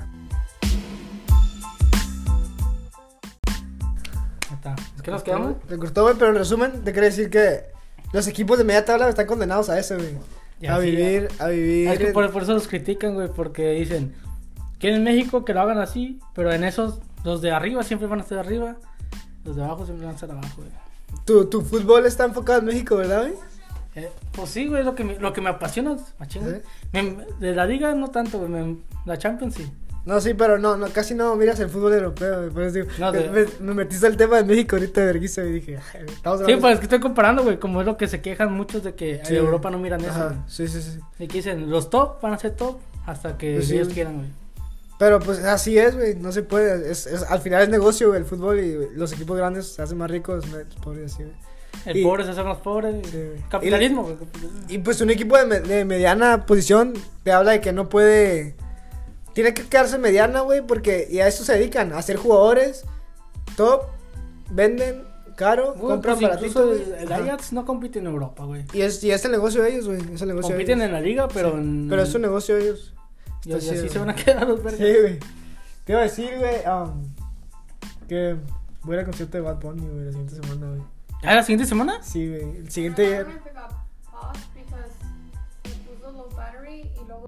[SPEAKER 2] Ahí está. ¿Qué nos quedamos?
[SPEAKER 1] Te cortó, güey, pero en resumen te quiero decir que los equipos de media tabla están condenados a eso, güey.
[SPEAKER 2] Ya,
[SPEAKER 1] A
[SPEAKER 2] sí,
[SPEAKER 1] vivir, a vivir.
[SPEAKER 2] Es que
[SPEAKER 1] en-
[SPEAKER 2] por, por eso los critican, güey, porque dicen que en México que lo hagan así, pero en esos, los de arriba siempre van a estar arriba, los de abajo siempre van a estar abajo, güey.
[SPEAKER 1] Tu, tu fútbol está enfocado en México, ¿verdad, güey?
[SPEAKER 2] Eh, pues sí, güey, lo que me, lo que me apasiona, machín, güey.
[SPEAKER 1] ¿Sí?
[SPEAKER 2] Me- de la liga no tanto, güey, me- la Champions sí.
[SPEAKER 1] No, sí, pero no, no, casi no miras el fútbol europeo, güey. Por eso digo,
[SPEAKER 2] No,
[SPEAKER 1] me,
[SPEAKER 2] de-
[SPEAKER 1] me- me metiste al tema de México ahorita de vergüenza y dije, "Ay, estamos
[SPEAKER 2] Sí,
[SPEAKER 1] hablando".
[SPEAKER 2] pues es que estoy comparando, güey, como es lo que se quejan muchos de que
[SPEAKER 1] Sí.
[SPEAKER 2] en Europa no miran eso.
[SPEAKER 1] Ajá,
[SPEAKER 2] güey.
[SPEAKER 1] sí, sí, sí.
[SPEAKER 2] Y que dicen, los top van a ser top hasta que
[SPEAKER 1] Pues sí,
[SPEAKER 2] ellos
[SPEAKER 1] güey.
[SPEAKER 2] quieran, güey.
[SPEAKER 1] Pero pues así es, güey, no se puede. Es, es, al final es negocio, güey, el fútbol y güey, los equipos grandes se hacen más ricos, me- pobres así, güey.
[SPEAKER 2] El
[SPEAKER 1] Y-
[SPEAKER 2] pobre se hace más pobre.
[SPEAKER 1] Sí, güey.
[SPEAKER 2] Capitalismo, güey.
[SPEAKER 1] Y pues un equipo de, me- de mediana posición te habla de que no puede. Tiene que quedarse mediana, güey, porque y a eso se dedican, a hacer jugadores top, venden caro,
[SPEAKER 2] Güey,
[SPEAKER 1] compran
[SPEAKER 2] pues
[SPEAKER 1] baratito.
[SPEAKER 2] incluso
[SPEAKER 1] güey.
[SPEAKER 2] el, el
[SPEAKER 1] Ajá.
[SPEAKER 2] Ajax no compite en Europa, güey.
[SPEAKER 1] Y es, y es el negocio de ellos, güey. Es el negocio
[SPEAKER 2] Compiten
[SPEAKER 1] de
[SPEAKER 2] en
[SPEAKER 1] ellos.
[SPEAKER 2] la liga, pero
[SPEAKER 1] Sí,
[SPEAKER 2] en...
[SPEAKER 1] Pero es un negocio de ellos.
[SPEAKER 2] Y, y
[SPEAKER 1] Está
[SPEAKER 2] así
[SPEAKER 1] chido,
[SPEAKER 2] se van a
[SPEAKER 1] güey.
[SPEAKER 2] quedar los vergas.
[SPEAKER 1] Sí, güey. Te iba a decir, güey, um, que voy a ir al concierto de Bad Bunny, güey, la siguiente semana, güey.
[SPEAKER 2] ¿Ah, la siguiente semana?
[SPEAKER 1] Sí, güey. El
[SPEAKER 3] I
[SPEAKER 1] siguiente.
[SPEAKER 3] remember if it got paused because it puso low battery y luego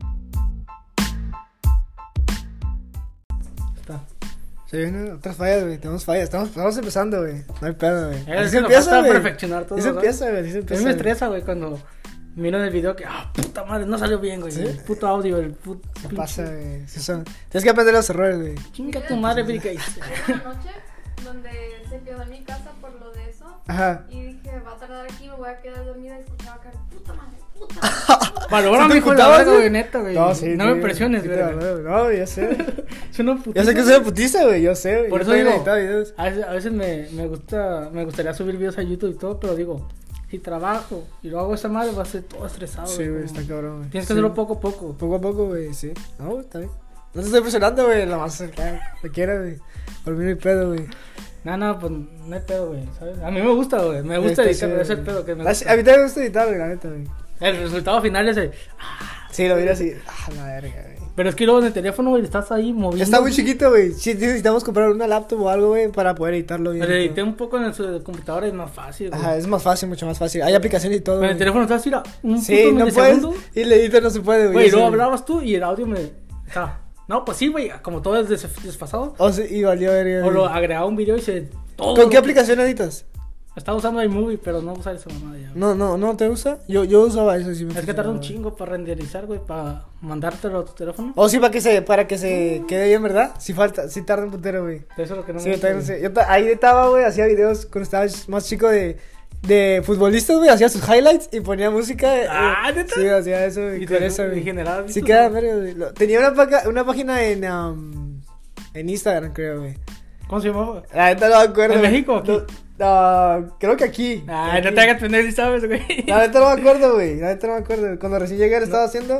[SPEAKER 1] Está. Se vienen otras fallas, güey. Tenemos fallas. Estamos, estamos empezando, güey. No hay pedo, güey.
[SPEAKER 2] Es
[SPEAKER 1] Así
[SPEAKER 2] que
[SPEAKER 1] se
[SPEAKER 2] nos
[SPEAKER 1] empieza,
[SPEAKER 2] falta
[SPEAKER 1] güey.
[SPEAKER 2] perfeccionar todo,
[SPEAKER 1] Así se
[SPEAKER 2] ¿no?
[SPEAKER 1] empieza, güey. Así se
[SPEAKER 2] A
[SPEAKER 1] empieza.
[SPEAKER 2] mí me
[SPEAKER 1] güey.
[SPEAKER 2] estresa, güey, cuando miro en el video que, ah, puta madre, no salió bien, güey.
[SPEAKER 1] ¿Sí?
[SPEAKER 2] El puto audio, el puto...
[SPEAKER 1] Se pasa, güey. Sí son- Tienes que aprender los errores, güey.
[SPEAKER 2] Chinga tu madre, Bill Gates.
[SPEAKER 3] hubo una noche donde se quedó en mi casa por lo de eso
[SPEAKER 1] Ajá.
[SPEAKER 3] Y dije, va a tardar aquí, me voy a quedar dormida y escuchaba acá, puta madre, puta madre.
[SPEAKER 2] Valora,
[SPEAKER 1] ¿Sí te
[SPEAKER 2] mijo, la
[SPEAKER 1] emputabas,
[SPEAKER 2] verga,
[SPEAKER 1] güey?
[SPEAKER 2] güey, neta, güey.
[SPEAKER 1] No, sí.
[SPEAKER 2] No
[SPEAKER 1] sí,
[SPEAKER 2] me presiones,
[SPEAKER 1] sí,
[SPEAKER 2] güey.
[SPEAKER 1] te- No, ya sé.
[SPEAKER 2] Es una
[SPEAKER 1] Ya
[SPEAKER 2] putiza.
[SPEAKER 1] sé que soy putiza, güey, yo sé, güey.
[SPEAKER 2] Por
[SPEAKER 1] Yo
[SPEAKER 2] eso
[SPEAKER 1] también
[SPEAKER 2] digo,
[SPEAKER 1] editaba videos.
[SPEAKER 2] a veces, a veces me, me gusta, me gustaría subir videos a YouTube y todo, pero digo, si trabajo y lo hago esa madre, va a ser todo estresado.
[SPEAKER 1] Sí, güey,
[SPEAKER 2] como-
[SPEAKER 1] está cabrón, güey.
[SPEAKER 2] Tienes que
[SPEAKER 1] Sí.
[SPEAKER 2] hacerlo poco a poco.
[SPEAKER 1] Poco a poco, güey, sí. No, güey, está bien. No te estoy presionando, güey, la vas a acercar. Te quiero, güey. Por mí no hay pedo, güey.
[SPEAKER 2] No, no, pues no hay pedo, güey, ¿sabes? A mí me gusta, güey, me gusta
[SPEAKER 1] Está
[SPEAKER 2] editar,
[SPEAKER 1] chido,
[SPEAKER 2] pero es el
[SPEAKER 1] güey.
[SPEAKER 2] pedo que me
[SPEAKER 1] Ah,
[SPEAKER 2] gusta.
[SPEAKER 1] sí, a mí también me gusta editar, güey, la neta, güey.
[SPEAKER 2] El resultado final es el...
[SPEAKER 1] Sí, lo miro así. Ah, la verga, güey.
[SPEAKER 2] Pero es que luego en el teléfono, güey, estás ahí moviendo.
[SPEAKER 1] Está muy chiquito, güey. Sí, necesitamos comprar una laptop o algo, güey, para poder editarlo bien.
[SPEAKER 2] Pero
[SPEAKER 1] y
[SPEAKER 2] edité
[SPEAKER 1] todo.
[SPEAKER 2] un poco en su computadora, es más fácil, güey.
[SPEAKER 1] Ajá, es más fácil, mucho más fácil. Hay aplicaciones y todo.
[SPEAKER 2] Pero en el
[SPEAKER 1] güey.
[SPEAKER 2] teléfono estás así, a un
[SPEAKER 1] Sí,
[SPEAKER 2] puto
[SPEAKER 1] no puedes.
[SPEAKER 2] milisegundo.
[SPEAKER 1] Y el editor no se puede, güey.
[SPEAKER 2] Güey, y
[SPEAKER 1] ya
[SPEAKER 2] luego
[SPEAKER 1] sé.
[SPEAKER 2] hablabas tú y el audio me... O sea, no, pues sí, güey, como todo es des- desfasado.
[SPEAKER 1] O sea, y valió verga.
[SPEAKER 2] O lo
[SPEAKER 1] güey.
[SPEAKER 2] agregaba un video y se... Todo
[SPEAKER 1] ¿Con
[SPEAKER 2] lo
[SPEAKER 1] qué
[SPEAKER 2] que-
[SPEAKER 1] aplicación editas?
[SPEAKER 2] Estaba usando iMovie, pero no usar esa mamada ya.
[SPEAKER 1] No, no, no, ¿te gusta? Yo, yo usaba eso, sí me
[SPEAKER 2] Es que
[SPEAKER 1] funcionaba,
[SPEAKER 2] tarda un
[SPEAKER 1] güey.
[SPEAKER 2] chingo para renderizar, güey, para mandártelo a tu teléfono.
[SPEAKER 1] O sí, para que se, para que se quede bien, ¿verdad? Sí falta, sí tarda un putero, güey.
[SPEAKER 2] Eso es lo que no
[SPEAKER 1] Sí,
[SPEAKER 2] me
[SPEAKER 1] yo también no
[SPEAKER 2] gusta,
[SPEAKER 1] sé. Yo ta- ahí estaba, güey, hacía videos cuando estaba más chico de, de futbolistas, güey, hacía sus highlights y ponía música. eh,
[SPEAKER 2] Ah, ¿neta?
[SPEAKER 1] Sí, hacía eso,
[SPEAKER 2] güey.
[SPEAKER 1] güey,
[SPEAKER 2] Y
[SPEAKER 1] con
[SPEAKER 2] te-
[SPEAKER 1] eso,
[SPEAKER 2] y
[SPEAKER 1] güey.
[SPEAKER 2] generaba
[SPEAKER 1] Sí,
[SPEAKER 2] vistas,
[SPEAKER 1] queda,
[SPEAKER 2] güey.
[SPEAKER 1] verga, güey. Lo- Tenía una, paca- una página en, um, en Instagram, creo, güey.
[SPEAKER 2] ¿Cómo se llamaba?
[SPEAKER 1] La neta no me acuerdo.
[SPEAKER 2] ¿En
[SPEAKER 1] güey.
[SPEAKER 2] México o aquí?
[SPEAKER 1] No, no, creo que aquí.
[SPEAKER 2] Ay, no
[SPEAKER 1] Aquí.
[SPEAKER 2] te hagas tener, ni sabes, güey.
[SPEAKER 1] La neta no me acuerdo, güey. La neta no me acuerdo. Cuando recién llegué lo estaba haciendo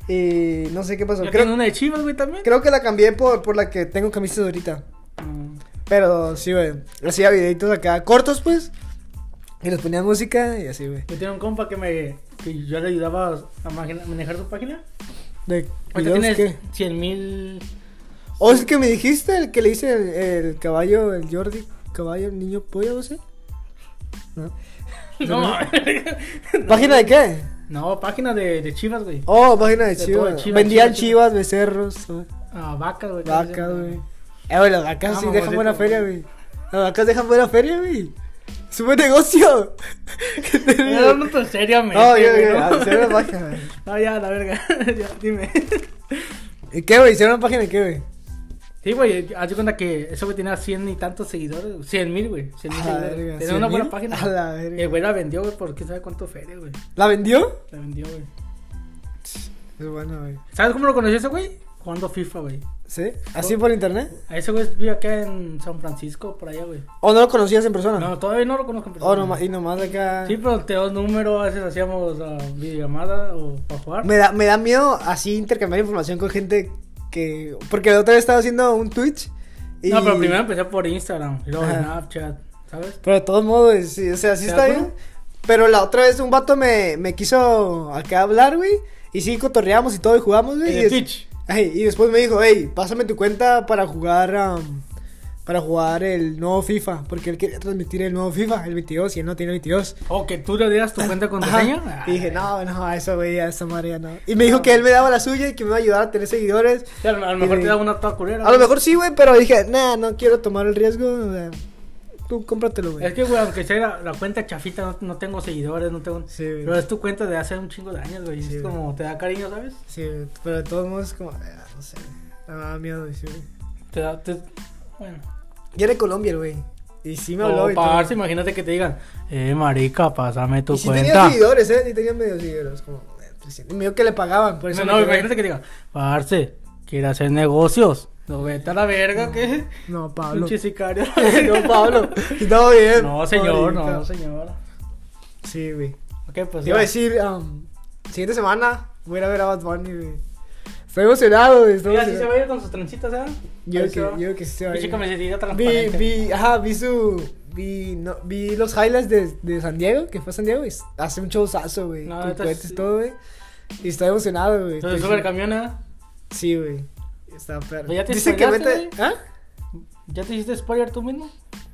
[SPEAKER 1] y no sé qué pasó.
[SPEAKER 2] Yo
[SPEAKER 1] Creo,
[SPEAKER 2] tengo una de Chivas, güey, también.
[SPEAKER 1] creo que la cambié por, por la que tengo camisas ahorita.
[SPEAKER 2] Mm.
[SPEAKER 1] Pero sí, güey. Hacía videitos acá cortos, pues. Y les ponía música y así, güey.
[SPEAKER 2] Yo tenía un compa que me... Que yo le ayudaba a magina- manejar su página.
[SPEAKER 1] ¿De
[SPEAKER 2] Ahorita
[SPEAKER 1] videos
[SPEAKER 2] tienes
[SPEAKER 1] qué?
[SPEAKER 2] cien mil...
[SPEAKER 1] ¿O es el que me dijiste? El que le hice el, el caballo, el Jordi, caballo, el niño pollo, no sé. ¿No?
[SPEAKER 2] No,
[SPEAKER 1] ¿Página de qué?
[SPEAKER 2] no, página de, de Chivas, güey.
[SPEAKER 1] Oh, página de
[SPEAKER 2] De todo,
[SPEAKER 1] chivas.
[SPEAKER 2] chivas,
[SPEAKER 1] Vendían
[SPEAKER 2] chivas,
[SPEAKER 1] chivas, becerros, güey.
[SPEAKER 2] Ah, vacas, güey.
[SPEAKER 1] Vacas, güey. Eh, güey, las vacas
[SPEAKER 2] Ah,
[SPEAKER 1] sí dejan
[SPEAKER 2] mamacita,
[SPEAKER 1] buena
[SPEAKER 2] güey.
[SPEAKER 1] feria, güey. Las vacas dejan buena feria, güey. Es un buen negocio. ¿Qué te
[SPEAKER 2] No,
[SPEAKER 1] ríes?
[SPEAKER 2] no, no, seriamente.
[SPEAKER 1] No, yo,
[SPEAKER 2] güey,
[SPEAKER 1] yo,
[SPEAKER 2] ¿no?
[SPEAKER 1] hicieron una página, güey.
[SPEAKER 2] No, ya, la verga. Ya, dime.
[SPEAKER 1] ¿Y qué, güey? ¿Hicieron una página de qué, güey?
[SPEAKER 2] Sí, güey, haz de cuenta que eso güey tenía cien y tantos seguidores. Cien mil, güey. Cien mil
[SPEAKER 1] A la
[SPEAKER 2] seguidores.
[SPEAKER 1] verga,
[SPEAKER 2] Tenía
[SPEAKER 1] ¿cien
[SPEAKER 2] una
[SPEAKER 1] mil?
[SPEAKER 2] buena página.
[SPEAKER 1] A la
[SPEAKER 2] Y el
[SPEAKER 1] verga.
[SPEAKER 2] güey la vendió, güey, por quién sabe cuánto feria, güey.
[SPEAKER 1] ¿La vendió?
[SPEAKER 2] La vendió, güey.
[SPEAKER 1] Es buena, güey.
[SPEAKER 2] ¿Sabes cómo lo conocí ese güey? Jugando FIFA, güey.
[SPEAKER 1] ¿Sí? ¿Así por internet?
[SPEAKER 2] A ese güey vive acá en San Francisco, por allá, güey.
[SPEAKER 1] ¿O no lo conocías en persona?
[SPEAKER 2] No, todavía no lo conozco en
[SPEAKER 1] Oh,
[SPEAKER 2] persona.
[SPEAKER 1] nomás, y nomás acá.
[SPEAKER 2] Sí, pero te doy número, a veces hacíamos ah, videollamada o para jugar.
[SPEAKER 1] Me da, me da miedo así intercambiar información con gente que. Porque la otra vez estaba haciendo un Twitch. Y...
[SPEAKER 2] No, pero primero empecé por Instagram, y luego
[SPEAKER 1] Ajá.
[SPEAKER 2] Snapchat, ¿sabes?
[SPEAKER 1] Pero de todos modos, sí, o sea, sí
[SPEAKER 2] ¿Te
[SPEAKER 1] está
[SPEAKER 2] da
[SPEAKER 1] bien. Pero la otra vez un vato me, me quiso acá hablar, güey. Y sí, cotorreamos y todo y jugamos, güey.
[SPEAKER 2] En
[SPEAKER 1] Y,
[SPEAKER 2] el
[SPEAKER 1] des-
[SPEAKER 2] Twitch.
[SPEAKER 1] ay, y después me dijo, hey, pásame tu cuenta para jugar. um, para jugar el nuevo FIFA. Porque él quería transmitir el nuevo FIFA, el veintidós, y él no tiene veintidós.
[SPEAKER 2] O que tú le dieras tu cuenta con
[SPEAKER 1] Ajá.
[SPEAKER 2] contraseña.
[SPEAKER 1] Y dije, no, no, a eso, güey, a esa madre ya no. Y me dijo que él me daba la suya y que me iba a ayudar a tener seguidores.
[SPEAKER 2] Sí, a lo, a lo mejor
[SPEAKER 1] Y-
[SPEAKER 2] te da una toda culera.
[SPEAKER 1] A lo
[SPEAKER 2] güey.
[SPEAKER 1] mejor sí, güey, pero dije, nah, no quiero tomar el riesgo. O sea, tú cómpratelo, güey.
[SPEAKER 2] Es que, güey, aunque sea la, la cuenta chafita, no, no tengo seguidores, no tengo...
[SPEAKER 1] Sí, güey.
[SPEAKER 2] Pero es tu cuenta de hace un chingo de años, güey.
[SPEAKER 1] Sí,
[SPEAKER 2] es
[SPEAKER 1] güey.
[SPEAKER 2] como, te da cariño, ¿sabes?
[SPEAKER 1] Sí, pero de todos modos, como, ah, no sé, me da miedo decir, güey.
[SPEAKER 2] Te da... Te... Bueno.
[SPEAKER 1] Y era de Colombia, el güey. Y sí me habló
[SPEAKER 2] O
[SPEAKER 1] y todo.
[SPEAKER 2] parce, imagínate que te digan, eh, marica, pásame tu
[SPEAKER 1] Y sí tenía
[SPEAKER 2] cuenta.
[SPEAKER 1] seguidores, eh, sí tenía medio seguidores, como, eh, pues, sí, me dijo que le pagaban, por eso
[SPEAKER 2] No,
[SPEAKER 1] me
[SPEAKER 2] no,
[SPEAKER 1] quedé.
[SPEAKER 2] imagínate que te digan, parce, quiere hacer negocios. No, vete a la verga, ¿qué?
[SPEAKER 1] No, Pablo.
[SPEAKER 2] Pinche sicario.
[SPEAKER 1] No, Pablo. Y todo bien.
[SPEAKER 2] No, señor,
[SPEAKER 1] Pobrecito.
[SPEAKER 2] no, señor.
[SPEAKER 1] Sí, güey.
[SPEAKER 2] Ok, pues
[SPEAKER 1] Te iba a
[SPEAKER 2] ya.
[SPEAKER 1] decir, um, siguiente semana voy a ir a ver a Bad Bunny, güey. Estoy emocionado, güey. Estoy
[SPEAKER 2] Mira, sí se
[SPEAKER 1] emocionado.
[SPEAKER 2] va a ir con sus trencitas, ¿eh?
[SPEAKER 1] Yo
[SPEAKER 2] Ahí
[SPEAKER 1] que,
[SPEAKER 2] se va.
[SPEAKER 1] yo que sí se va a
[SPEAKER 2] Pinche
[SPEAKER 1] ir.
[SPEAKER 2] camisetita
[SPEAKER 1] Vi,
[SPEAKER 2] transparente.
[SPEAKER 1] vi, ajá, vi su, vi, no, vi los highlights de, de San Diego, que fue San Diego, y hace un showzazo, güey,
[SPEAKER 2] No,
[SPEAKER 1] con
[SPEAKER 2] neta,
[SPEAKER 1] cohetes y
[SPEAKER 2] sí.
[SPEAKER 1] todo, güey, y estoy emocionado, güey.
[SPEAKER 2] Entonces
[SPEAKER 1] Estoy-
[SPEAKER 2] sube el camión, ¿eh?
[SPEAKER 1] Sí, güey, está perro.
[SPEAKER 2] Pero ya te
[SPEAKER 1] Dice que
[SPEAKER 2] spoileaste,
[SPEAKER 1] mete, ¿ah?
[SPEAKER 2] ¿Ya te hiciste spoiler tú mismo?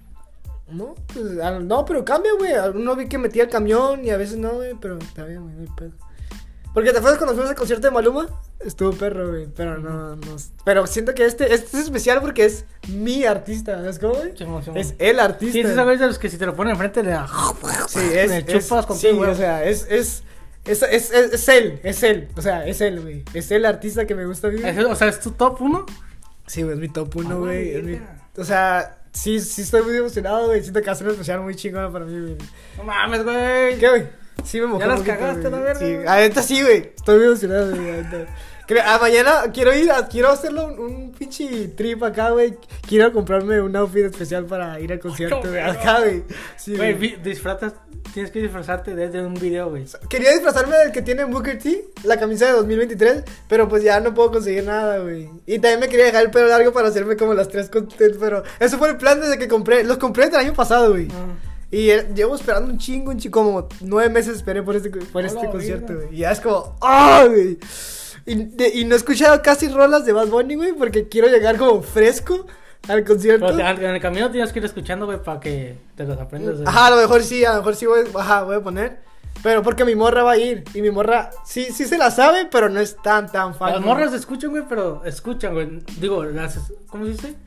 [SPEAKER 1] No, pues, ah, no, pero cambia, güey, no vi que metía el camión y a veces no, güey, pero está bien, güey, no hay pedo. Porque te acuerdas cuando fuimos al concierto de Maluma, estuvo perro, güey, pero no, no, pero siento que este, este es especial porque es mi artista, ¿sabes cómo, güey?
[SPEAKER 2] Sí, mo- sí, mo.
[SPEAKER 1] Es el artista.
[SPEAKER 2] Sí, es de los que si te lo ponen enfrente le da...
[SPEAKER 1] Sí, es,
[SPEAKER 2] Le
[SPEAKER 1] es-
[SPEAKER 2] chupas con
[SPEAKER 1] sí,
[SPEAKER 2] todo, güey.
[SPEAKER 1] o sea, es, es, es, es, es, es él, es él, o sea, es él, güey, es el artista que me gusta a mí, güey.
[SPEAKER 2] Es- O sea, ¿es tu top uno?
[SPEAKER 1] Sí, güey, es mi top
[SPEAKER 2] Ah,
[SPEAKER 1] uno, güey, es mi-
[SPEAKER 2] verga.
[SPEAKER 1] o sea, sí, sí estoy muy emocionado, güey. Siento que va a ser un especial muy chingón para mí, güey.
[SPEAKER 2] No mames, güey.
[SPEAKER 1] ¿Qué, güey? Sí me mojé
[SPEAKER 2] Ya
[SPEAKER 1] un
[SPEAKER 2] las
[SPEAKER 1] poquito,
[SPEAKER 2] cagaste,
[SPEAKER 1] güey.
[SPEAKER 2] la verga,
[SPEAKER 1] Sí,
[SPEAKER 2] güey.
[SPEAKER 1] ahorita sí, güey. Estoy muy emocionado, güey. ahorita. Cre- Ah, mañana quiero ir, a, quiero hacerlo un, un pinche trip acá, güey. Quiero comprarme un outfit especial para ir al concierto, güey.
[SPEAKER 2] verga.
[SPEAKER 1] Acá, güey. Sí,
[SPEAKER 2] Güey,
[SPEAKER 1] güey.
[SPEAKER 2] vi- disfratas, tienes que disfrazarte desde un video, güey.
[SPEAKER 1] Quería disfrazarme del que tiene Booker T, la camisa de dos mil veintitrés, pero pues ya no puedo conseguir nada, güey. Y también me quería dejar el pelo largo para hacerme como las tres content, pero eso fue el plan desde que compré. Los compré desde el año pasado, güey.
[SPEAKER 2] Ah.
[SPEAKER 1] Y eh, llevo esperando un chingo, un chingo, como nueve meses esperé por este, por
[SPEAKER 2] A
[SPEAKER 1] este
[SPEAKER 2] la
[SPEAKER 1] concierto,
[SPEAKER 2] verga.
[SPEAKER 1] güey. Y ya es como, ¡ah, güey! Y, de- y no he escuchado casi rolas de Bad Bunny, güey, porque quiero llegar como fresco al concierto.
[SPEAKER 2] Pero te- en el camino tienes que ir escuchando, güey, para que te los aprendas. güey.
[SPEAKER 1] Ajá, a lo mejor sí, a lo mejor sí voy, ajá, voy a poner. Pero porque mi morra va a ir. Y mi morra sí, sí se la sabe, pero no es tan, tan fan.
[SPEAKER 2] Las morras escuchan, güey, pero escuchan, güey. Digo, las. ¿Cómo se dice?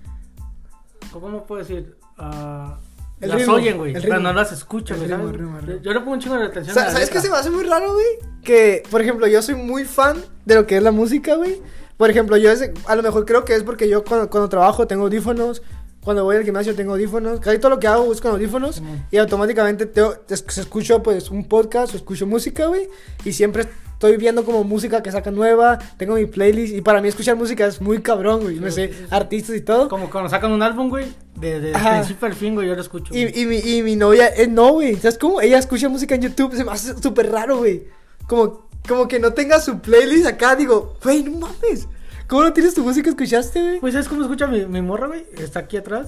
[SPEAKER 2] ¿Cómo puedo decir? Ah,
[SPEAKER 1] El
[SPEAKER 2] las
[SPEAKER 1] ritmo,
[SPEAKER 2] oyen, güey.
[SPEAKER 1] el
[SPEAKER 2] Pero
[SPEAKER 1] ritmo.
[SPEAKER 2] no las escuchan,
[SPEAKER 1] El
[SPEAKER 2] güey.
[SPEAKER 1] ritmo,
[SPEAKER 2] ¿sabes?
[SPEAKER 1] el ritmo, el ritmo.
[SPEAKER 2] Yo le pongo un chingo de atención.
[SPEAKER 1] Sa-
[SPEAKER 2] a la
[SPEAKER 1] ¿Sabes qué
[SPEAKER 2] letra.
[SPEAKER 1] se me hace muy raro, güey? Que, por ejemplo, yo soy muy fan de lo que es la música, güey. Por ejemplo, yo desde- a lo mejor creo que es porque yo cuando, cuando trabajo tengo audífonos. Cuando voy al gimnasio tengo audífonos. Casi todo lo que hago es con audífonos.
[SPEAKER 2] Simón.
[SPEAKER 1] Y automáticamente teo- es- escucho pues un podcast o escucho música, güey. Y siempre estoy viendo como música que saca nueva. Tengo mi playlist. Y para mí escuchar música es muy cabrón, güey. Me sé artistas y todo.
[SPEAKER 2] Como cuando sacan un álbum, güey, desde el
[SPEAKER 1] Ajá.
[SPEAKER 2] principio al fin, güey, yo lo escucho. güey.
[SPEAKER 1] Y, y, mi, y mi novia, eh, no, güey. ¿Sabes cómo? Ella escucha música en YouTube. Se me hace súper raro, güey. Como, como que no tenga su playlist acá. Digo, güey, no mames. ¿Cómo no tienes tu música? ¿Escuchaste, güey?
[SPEAKER 2] Pues, ¿sabes cómo escucha mi, mi morra, güey? Está aquí atrás,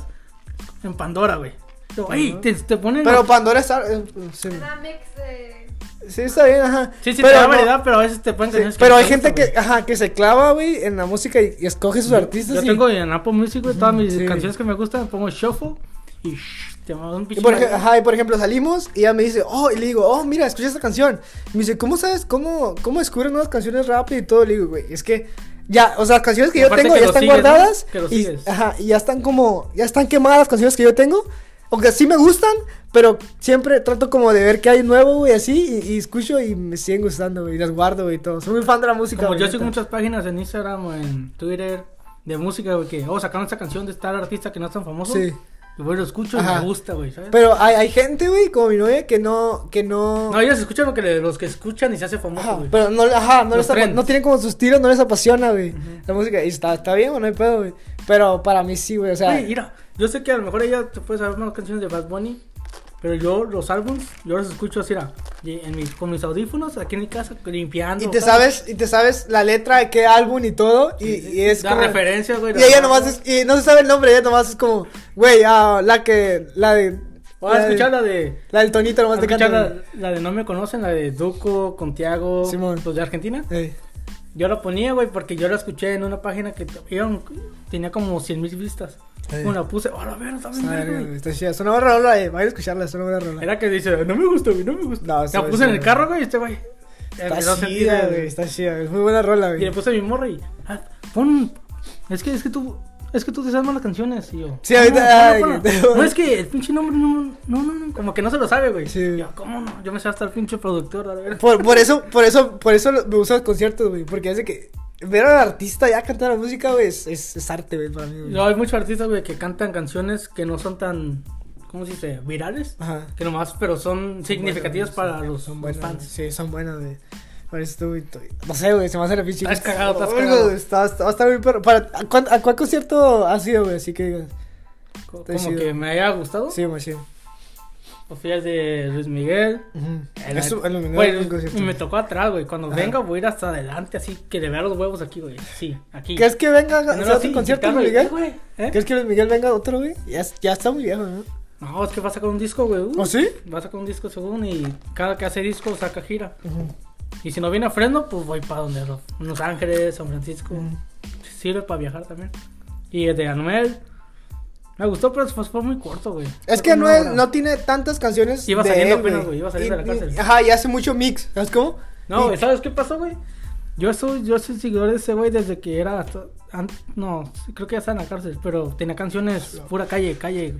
[SPEAKER 2] en Pandora, güey. Ay, te, te ponen...
[SPEAKER 1] Pero Pandora está. eh, sí.
[SPEAKER 3] Me da mix de.
[SPEAKER 1] Sí, está bien, ajá.
[SPEAKER 2] Sí, sí,
[SPEAKER 1] pero
[SPEAKER 2] te da
[SPEAKER 1] no-
[SPEAKER 2] variedad, pero a veces te ponen
[SPEAKER 1] sí,
[SPEAKER 2] canciones que
[SPEAKER 1] pero
[SPEAKER 2] no
[SPEAKER 1] hay
[SPEAKER 2] te
[SPEAKER 1] gente
[SPEAKER 2] gustan,
[SPEAKER 1] que,
[SPEAKER 2] güey.
[SPEAKER 1] ajá, que se clava, güey, en la música y, y escoge sus artistas.
[SPEAKER 2] Yo
[SPEAKER 1] y,
[SPEAKER 2] tengo en Apple Music, güey, todas mis
[SPEAKER 1] Sí.
[SPEAKER 2] canciones que me gustan, pongo shuffle y shh, te mando un
[SPEAKER 1] y
[SPEAKER 2] pinche...
[SPEAKER 1] por, ej- ajá, y por ejemplo, salimos y ella me dice, oh, y le digo, oh, mira, escucha esta canción. Y me dice, ¿cómo sabes cómo, cómo descubres nuevas canciones rápido y todo? Le digo, güey, es que ya, o sea, las canciones que
[SPEAKER 2] Y
[SPEAKER 1] yo
[SPEAKER 2] aparte
[SPEAKER 1] tengo
[SPEAKER 2] que
[SPEAKER 1] ya
[SPEAKER 2] lo
[SPEAKER 1] están
[SPEAKER 2] sigues, ¿no?
[SPEAKER 1] guardadas.
[SPEAKER 2] Que lo
[SPEAKER 1] y,
[SPEAKER 2] sigues.
[SPEAKER 1] ajá, y ya están como, ya están quemadas las canciones que yo tengo. Aunque sí me gustan, pero siempre trato como de ver qué hay nuevo, güey, así, y, y escucho y me siguen gustando, güey, y las guardo, güey, y todo. Soy muy fan de la música,
[SPEAKER 2] Como
[SPEAKER 1] güey,
[SPEAKER 2] yo
[SPEAKER 1] neta.
[SPEAKER 2] sigo muchas páginas en Instagram o en Twitter de música, güey, que, oh, sacaron esta canción de tal artista que no es tan famoso.
[SPEAKER 1] Sí.
[SPEAKER 2] Y güey, lo escucho y
[SPEAKER 1] Ajá.
[SPEAKER 2] me gusta, güey, ¿sabes?
[SPEAKER 1] Pero hay, hay gente, güey, como mi novia, que no, que no...
[SPEAKER 2] No, ellos escuchan lo que le- los que escuchan y se hace famoso,
[SPEAKER 1] Ajá,
[SPEAKER 2] güey.
[SPEAKER 1] pero no, ajá, no,
[SPEAKER 2] Los
[SPEAKER 1] les apa-
[SPEAKER 2] trends.
[SPEAKER 1] no tienen como sus tiros, no les apasiona, güey, la música. Y está, está bien, güey, no hay pedo, güey. Pero para mí sí, güey, o sea...
[SPEAKER 2] Güey, mira, yo sé que a lo mejor ella te puede saber más canciones de Bad Bunny, pero yo los álbums, yo los escucho así, mira, y en mis, con mis audífonos aquí en mi casa, limpiando.
[SPEAKER 1] y te
[SPEAKER 2] ¿sabes?
[SPEAKER 1] sabes, y te sabes la letra de qué álbum y todo, y, y es
[SPEAKER 2] Da
[SPEAKER 1] como...
[SPEAKER 2] referencias, güey.
[SPEAKER 1] Y
[SPEAKER 2] la-
[SPEAKER 1] ella nomás es, y no se sabe el nombre, ella nomás es como, güey, ah, la que, la de...
[SPEAKER 2] Voy a
[SPEAKER 1] la de-
[SPEAKER 2] escuchar la de...
[SPEAKER 1] La del tonito nomás
[SPEAKER 2] voy
[SPEAKER 1] te
[SPEAKER 2] a escuchar
[SPEAKER 1] canta.
[SPEAKER 2] la, la de No Me Conocen, la de Duco, con Tiago,
[SPEAKER 1] Simón.
[SPEAKER 2] los de Argentina.
[SPEAKER 1] Ey.
[SPEAKER 2] Yo la ponía, güey, porque yo la escuché en una página que iban- tenía como cien mil vistas.
[SPEAKER 1] Ey.
[SPEAKER 2] Como la puse, oh, la verga, está bien
[SPEAKER 1] Está
[SPEAKER 2] verga,
[SPEAKER 1] bien,
[SPEAKER 2] güey.
[SPEAKER 1] güey, está chida. Es una buena rola, eh. Vayan a escucharla, es una buena rola.
[SPEAKER 2] Era que dice, no me gusta, güey, no me gusta.
[SPEAKER 1] No,
[SPEAKER 2] la
[SPEAKER 1] está
[SPEAKER 2] puse en el
[SPEAKER 1] bien.
[SPEAKER 2] carro, güey, y este güey. empezó a
[SPEAKER 1] Está
[SPEAKER 2] sentir
[SPEAKER 1] chida,
[SPEAKER 2] el-
[SPEAKER 1] güey, está chida, es muy buena rola,
[SPEAKER 2] Y le
[SPEAKER 1] güey.
[SPEAKER 2] puse a mi morra y, ah, pon, es que, es que tú, es que tú te sabes más las canciones, y yo.
[SPEAKER 1] Sí, ahorita-
[SPEAKER 2] "¿Cómo? ¿Cómo,
[SPEAKER 1] ay,
[SPEAKER 2] cómo?
[SPEAKER 1] que te-
[SPEAKER 2] No, es que el pinche nombre no, no, no, no, como que no se lo sabe, güey.
[SPEAKER 1] Sí.
[SPEAKER 2] Yo, ¿cómo no? Yo me sé hasta el pinche productor, a ver.
[SPEAKER 1] Por, por eso, por eso, por eso me gustan los conciertos, güey, porque hace que ver al artista ya cantar la música, güey, es, es, es arte, güey, para mí, güey.
[SPEAKER 2] No, hay muchos artistas, güey, que cantan canciones que no son tan, ¿cómo se dice? Virales.
[SPEAKER 1] Ajá.
[SPEAKER 2] Que nomás, pero son significativas
[SPEAKER 1] buenas,
[SPEAKER 2] para
[SPEAKER 1] sí,
[SPEAKER 2] los,
[SPEAKER 1] son
[SPEAKER 2] los
[SPEAKER 1] buenas,
[SPEAKER 2] fans.
[SPEAKER 1] sí, son buenas, güey. Por eso estoy, estoy- no sé, güey, se me hace la pinche.
[SPEAKER 2] Estás cagado, estás
[SPEAKER 1] Oiga,
[SPEAKER 2] cagado.
[SPEAKER 1] güey, Está, está, va a estar muy perro. Para, ¿a, cuán- ¿A cuál concierto has ido, güey? Así que digas.
[SPEAKER 2] Co-
[SPEAKER 1] Está
[SPEAKER 2] Como
[SPEAKER 1] chido.
[SPEAKER 2] que me haya gustado.
[SPEAKER 1] Sí, güey, sí.
[SPEAKER 2] O fui al de Luis Miguel. El-
[SPEAKER 1] Eso, el Luis
[SPEAKER 2] Güey,
[SPEAKER 1] Miguel es un concierto.
[SPEAKER 2] y me tocó atrás, güey. Cuando
[SPEAKER 1] Ajá.
[SPEAKER 2] venga voy a ir hasta adelante, así que le vea los huevos aquí, güey. Sí, aquí.
[SPEAKER 1] ¿Quieres que venga a
[SPEAKER 2] No,
[SPEAKER 1] hacer
[SPEAKER 2] no,
[SPEAKER 1] otro
[SPEAKER 2] sí,
[SPEAKER 1] concierto,
[SPEAKER 2] gritando,
[SPEAKER 1] Luis Miguel?
[SPEAKER 2] güey. ¿Eh?
[SPEAKER 1] ¿Quieres que Luis Miguel venga otro, güey? Ya, es- ya está muy viejo, ¿no?
[SPEAKER 2] No, es que va a sacar un disco, güey. Uh,
[SPEAKER 1] ¿Oh, sí?
[SPEAKER 2] Va a sacar un disco según y cada que hace disco saca gira. Y si no viene a Fresno, pues voy para donde Ro- Los Ángeles, San Francisco.
[SPEAKER 1] Ujú.
[SPEAKER 2] Sirve para viajar también. Y el de Anuel. Me gustó, pero fue, fue muy corto, güey.
[SPEAKER 1] Es
[SPEAKER 2] Fue
[SPEAKER 1] que
[SPEAKER 2] como una
[SPEAKER 1] Anuel
[SPEAKER 2] hora.
[SPEAKER 1] no tiene tantas canciones.
[SPEAKER 2] Iba
[SPEAKER 1] de
[SPEAKER 2] saliendo
[SPEAKER 1] él,
[SPEAKER 2] apenas, güey, iba saliendo de la
[SPEAKER 1] Y- y-
[SPEAKER 2] cárcel.
[SPEAKER 1] Ajá, y hace mucho mix, ¿sabes cómo?
[SPEAKER 2] No,
[SPEAKER 1] Y-
[SPEAKER 2] güey, ¿sabes qué pasó, güey? Yo soy, yo soy seguidor de ese güey desde que era... hasta- an- no, creo que ya está en la cárcel, pero tenía canciones pura calle, calle.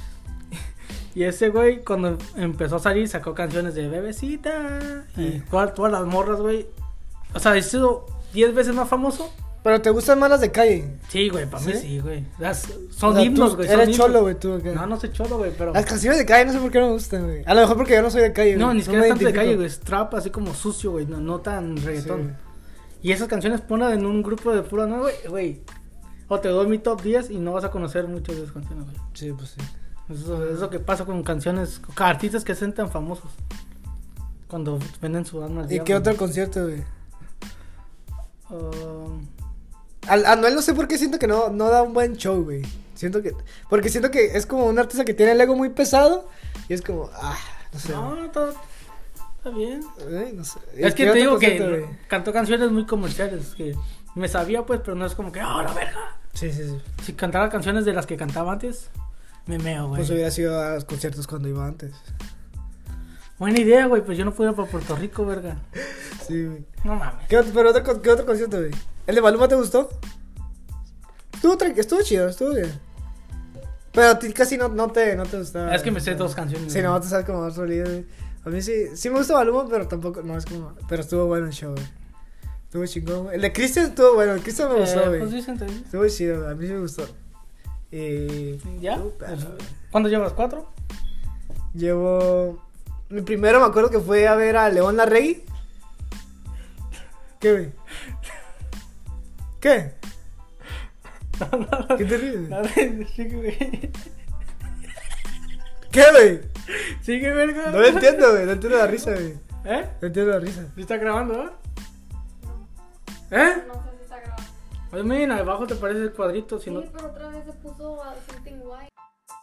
[SPEAKER 2] Y ese güey, cuando empezó a salir, sacó canciones de Bebecita. Y
[SPEAKER 1] Eh.
[SPEAKER 2] todas, todas las morras, güey. O sea, ha sido diez veces más famoso
[SPEAKER 1] Pero te gustan más las de calle.
[SPEAKER 2] Sí, güey, para mí
[SPEAKER 1] ¿Sí?
[SPEAKER 2] sí, güey. Las- Son
[SPEAKER 1] O sea,
[SPEAKER 2] himnos,
[SPEAKER 1] tú
[SPEAKER 2] güey. son
[SPEAKER 1] Eres
[SPEAKER 2] himnos.
[SPEAKER 1] cholo, güey, tú. acá.
[SPEAKER 2] No, no soy cholo, güey, pero...
[SPEAKER 1] Las canciones de calle no sé por qué no me gustan, güey. A lo mejor porque yo no soy de calle,
[SPEAKER 2] No,
[SPEAKER 1] güey.
[SPEAKER 2] ni
[SPEAKER 1] No
[SPEAKER 2] siquiera
[SPEAKER 1] me
[SPEAKER 2] tanto de
[SPEAKER 1] identifico.
[SPEAKER 2] calle, güey. Es trap así como sucio, güey. No, no tan reggaetón.
[SPEAKER 1] Sí.
[SPEAKER 2] Y esas canciones ponlas en un grupo de pura, no, güey, güey. O te doy mi top diez y no vas a conocer muchas de esas canciones, güey.
[SPEAKER 1] Sí, pues sí.
[SPEAKER 2] Eso es lo que pasa con canciones, con artistas que se hacen tan famosos. Cuando venden su alma al
[SPEAKER 1] ¿Y
[SPEAKER 2] diablo.
[SPEAKER 1] qué otro concierto, güey?
[SPEAKER 2] Um,
[SPEAKER 1] Al Anuel no sé por qué siento que no, no da un buen show, güey. Siento que... Porque siento que es como un artista que tiene el ego muy pesado. Y es como... Ah, no sé.
[SPEAKER 2] no, está, está bien.
[SPEAKER 1] Eh, no sé.
[SPEAKER 2] Es que
[SPEAKER 1] ¿Qué
[SPEAKER 2] te
[SPEAKER 1] otro
[SPEAKER 2] digo que
[SPEAKER 1] concierto, güey?
[SPEAKER 2] cantó canciones muy comerciales. Que me sabía, pues, pero no es como que, ¡oh, la verga!
[SPEAKER 1] Sí, sí, sí.
[SPEAKER 2] Si cantara canciones de las que cantaba antes, me meo, güey.
[SPEAKER 1] Pues hubiera sido a los conciertos cuando iba antes.
[SPEAKER 2] Buena idea, güey, pues yo no pude ir para Puerto Rico, verga.
[SPEAKER 1] Sí, güey.
[SPEAKER 2] No mames.
[SPEAKER 1] ¿Qué otro, pero otro, con- ¿qué otro concierto, güey? ¿El de Maluma te gustó? Estuvo, tranqui- estuvo chido, estuvo bien. Pero a ti casi no, no, te, no te gustaba.
[SPEAKER 2] Es que me sé dos canciones.
[SPEAKER 1] Sí,
[SPEAKER 2] güey.
[SPEAKER 1] no, te sabes como otro lío, güey. A mí sí, sí me gusta Maluma, pero tampoco, no es como... Pero estuvo bueno el show, güey. Estuvo chingón, güey. El de Christian estuvo bueno, el Christian me gustó,
[SPEAKER 2] Eh,
[SPEAKER 1] güey.
[SPEAKER 2] pues dicen también.
[SPEAKER 1] Estuvo chido, güey, a mí sí me gustó. Y...
[SPEAKER 2] ¿Ya?
[SPEAKER 1] estuvo perro,
[SPEAKER 2] Pues,
[SPEAKER 1] güey.
[SPEAKER 2] ¿Cuándo llevas? ¿Cuatro?
[SPEAKER 1] Llevo... Mi primero me acuerdo que fue a ver a León Larregui. ¿Qué, güey? ¿Qué? ¿Qué te ríes?
[SPEAKER 2] A ver, sigue, güey.
[SPEAKER 1] ¿Qué, güey?
[SPEAKER 2] Sigue, verga.
[SPEAKER 1] No lo entiendo, güey, no entiendo la risa, güey.
[SPEAKER 2] ¿Eh?
[SPEAKER 1] No entiendo la risa.
[SPEAKER 2] ¿Sí está grabando, eh? ¿Eh?
[SPEAKER 3] No sé si está grabando.
[SPEAKER 2] Oye, mira, abajo te parece el cuadrito, si
[SPEAKER 3] Sí,
[SPEAKER 2] no...
[SPEAKER 3] pero otra vez se puso uh, something white.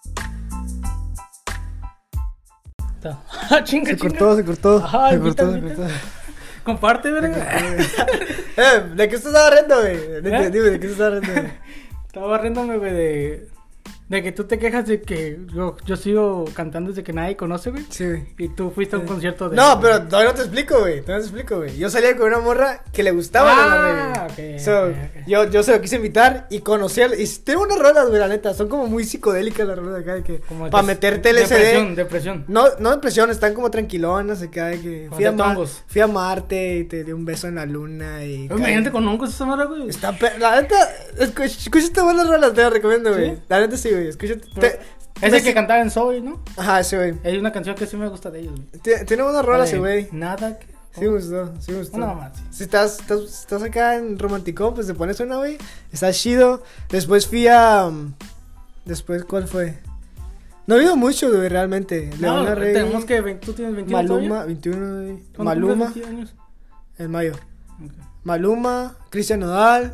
[SPEAKER 2] Está. Ah, chinga,
[SPEAKER 1] Se
[SPEAKER 2] chinga.
[SPEAKER 1] cortó, se cortó.
[SPEAKER 2] Ajá,
[SPEAKER 1] se
[SPEAKER 2] invita,
[SPEAKER 1] cortó, se
[SPEAKER 2] invita.
[SPEAKER 1] cortó.
[SPEAKER 2] Comparte, verga.
[SPEAKER 1] Eh, ¿de qué estás agarrando, güey? Dime,
[SPEAKER 2] ¿Eh?
[SPEAKER 1] dime, ¿de qué estás agarrando, güey?
[SPEAKER 2] Estaba riéndome, güey, de... De que tú te quejas de que yo, yo sigo cantando desde que nadie conoce, güey.
[SPEAKER 1] Sí, güey.
[SPEAKER 2] Y tú fuiste a un concierto de...
[SPEAKER 1] No, pero todavía no te explico, güey. Todavía no te explico, güey. Yo salía con una morra que le gustaba
[SPEAKER 2] Ah,
[SPEAKER 1] la reggae.
[SPEAKER 2] ok,
[SPEAKER 1] So,
[SPEAKER 2] ok, ok.
[SPEAKER 1] Yo, yo se lo quise invitar y conocí al... Y tengo unas rolas, güey, la neta. Son como muy psicodélicas las rolas de acá. De que
[SPEAKER 2] Como
[SPEAKER 1] para
[SPEAKER 2] que-
[SPEAKER 1] meterte L S
[SPEAKER 2] Depresión,
[SPEAKER 1] D.
[SPEAKER 2] depresión.
[SPEAKER 1] No, no depresión, están como tranquilonas acá de que...
[SPEAKER 2] Como
[SPEAKER 1] Fui a,
[SPEAKER 2] de
[SPEAKER 1] Ma-
[SPEAKER 2] tongos.
[SPEAKER 1] fui a Marte y te di un beso en la luna y...
[SPEAKER 2] Oye, imagínate con hongos esa madre, güey.
[SPEAKER 1] Está pe- La neta, escu- escúchate buenas rolas, te las recomiendo, güey.
[SPEAKER 2] ¿Sí?
[SPEAKER 1] La neta sí, güey. Escúchate.
[SPEAKER 2] Pero-
[SPEAKER 1] te-
[SPEAKER 2] Es
[SPEAKER 1] te-
[SPEAKER 2] el que cantaba en Soy, ¿no?
[SPEAKER 1] Ajá, sí, güey.
[SPEAKER 2] Hay una canción que sí me gusta de ellos, güey.
[SPEAKER 1] Tiene tiene buenas rolas,
[SPEAKER 2] La
[SPEAKER 1] sí,
[SPEAKER 2] de
[SPEAKER 1] güey.
[SPEAKER 2] Nada que...
[SPEAKER 1] Sí me gustó, sí me gustó.
[SPEAKER 2] Una mamá, sí.
[SPEAKER 1] Si estás, estás, estás acá en romanticón, pues te pones una, güey. Está chido. Después fui a... um, Después, ¿cuál fue? No he ido mucho, güey, realmente.
[SPEAKER 2] No,
[SPEAKER 1] Leona Rey,
[SPEAKER 2] tenemos que... ve- ¿Tú tienes veintiuno
[SPEAKER 1] Maluma,
[SPEAKER 2] todavía?
[SPEAKER 1] veintiuno, güey.
[SPEAKER 2] ¿Cuándo
[SPEAKER 1] Maluma,
[SPEAKER 2] cumples veinte años?
[SPEAKER 1] en mayo.
[SPEAKER 2] Ok.
[SPEAKER 1] Maluma, Cristian Nodal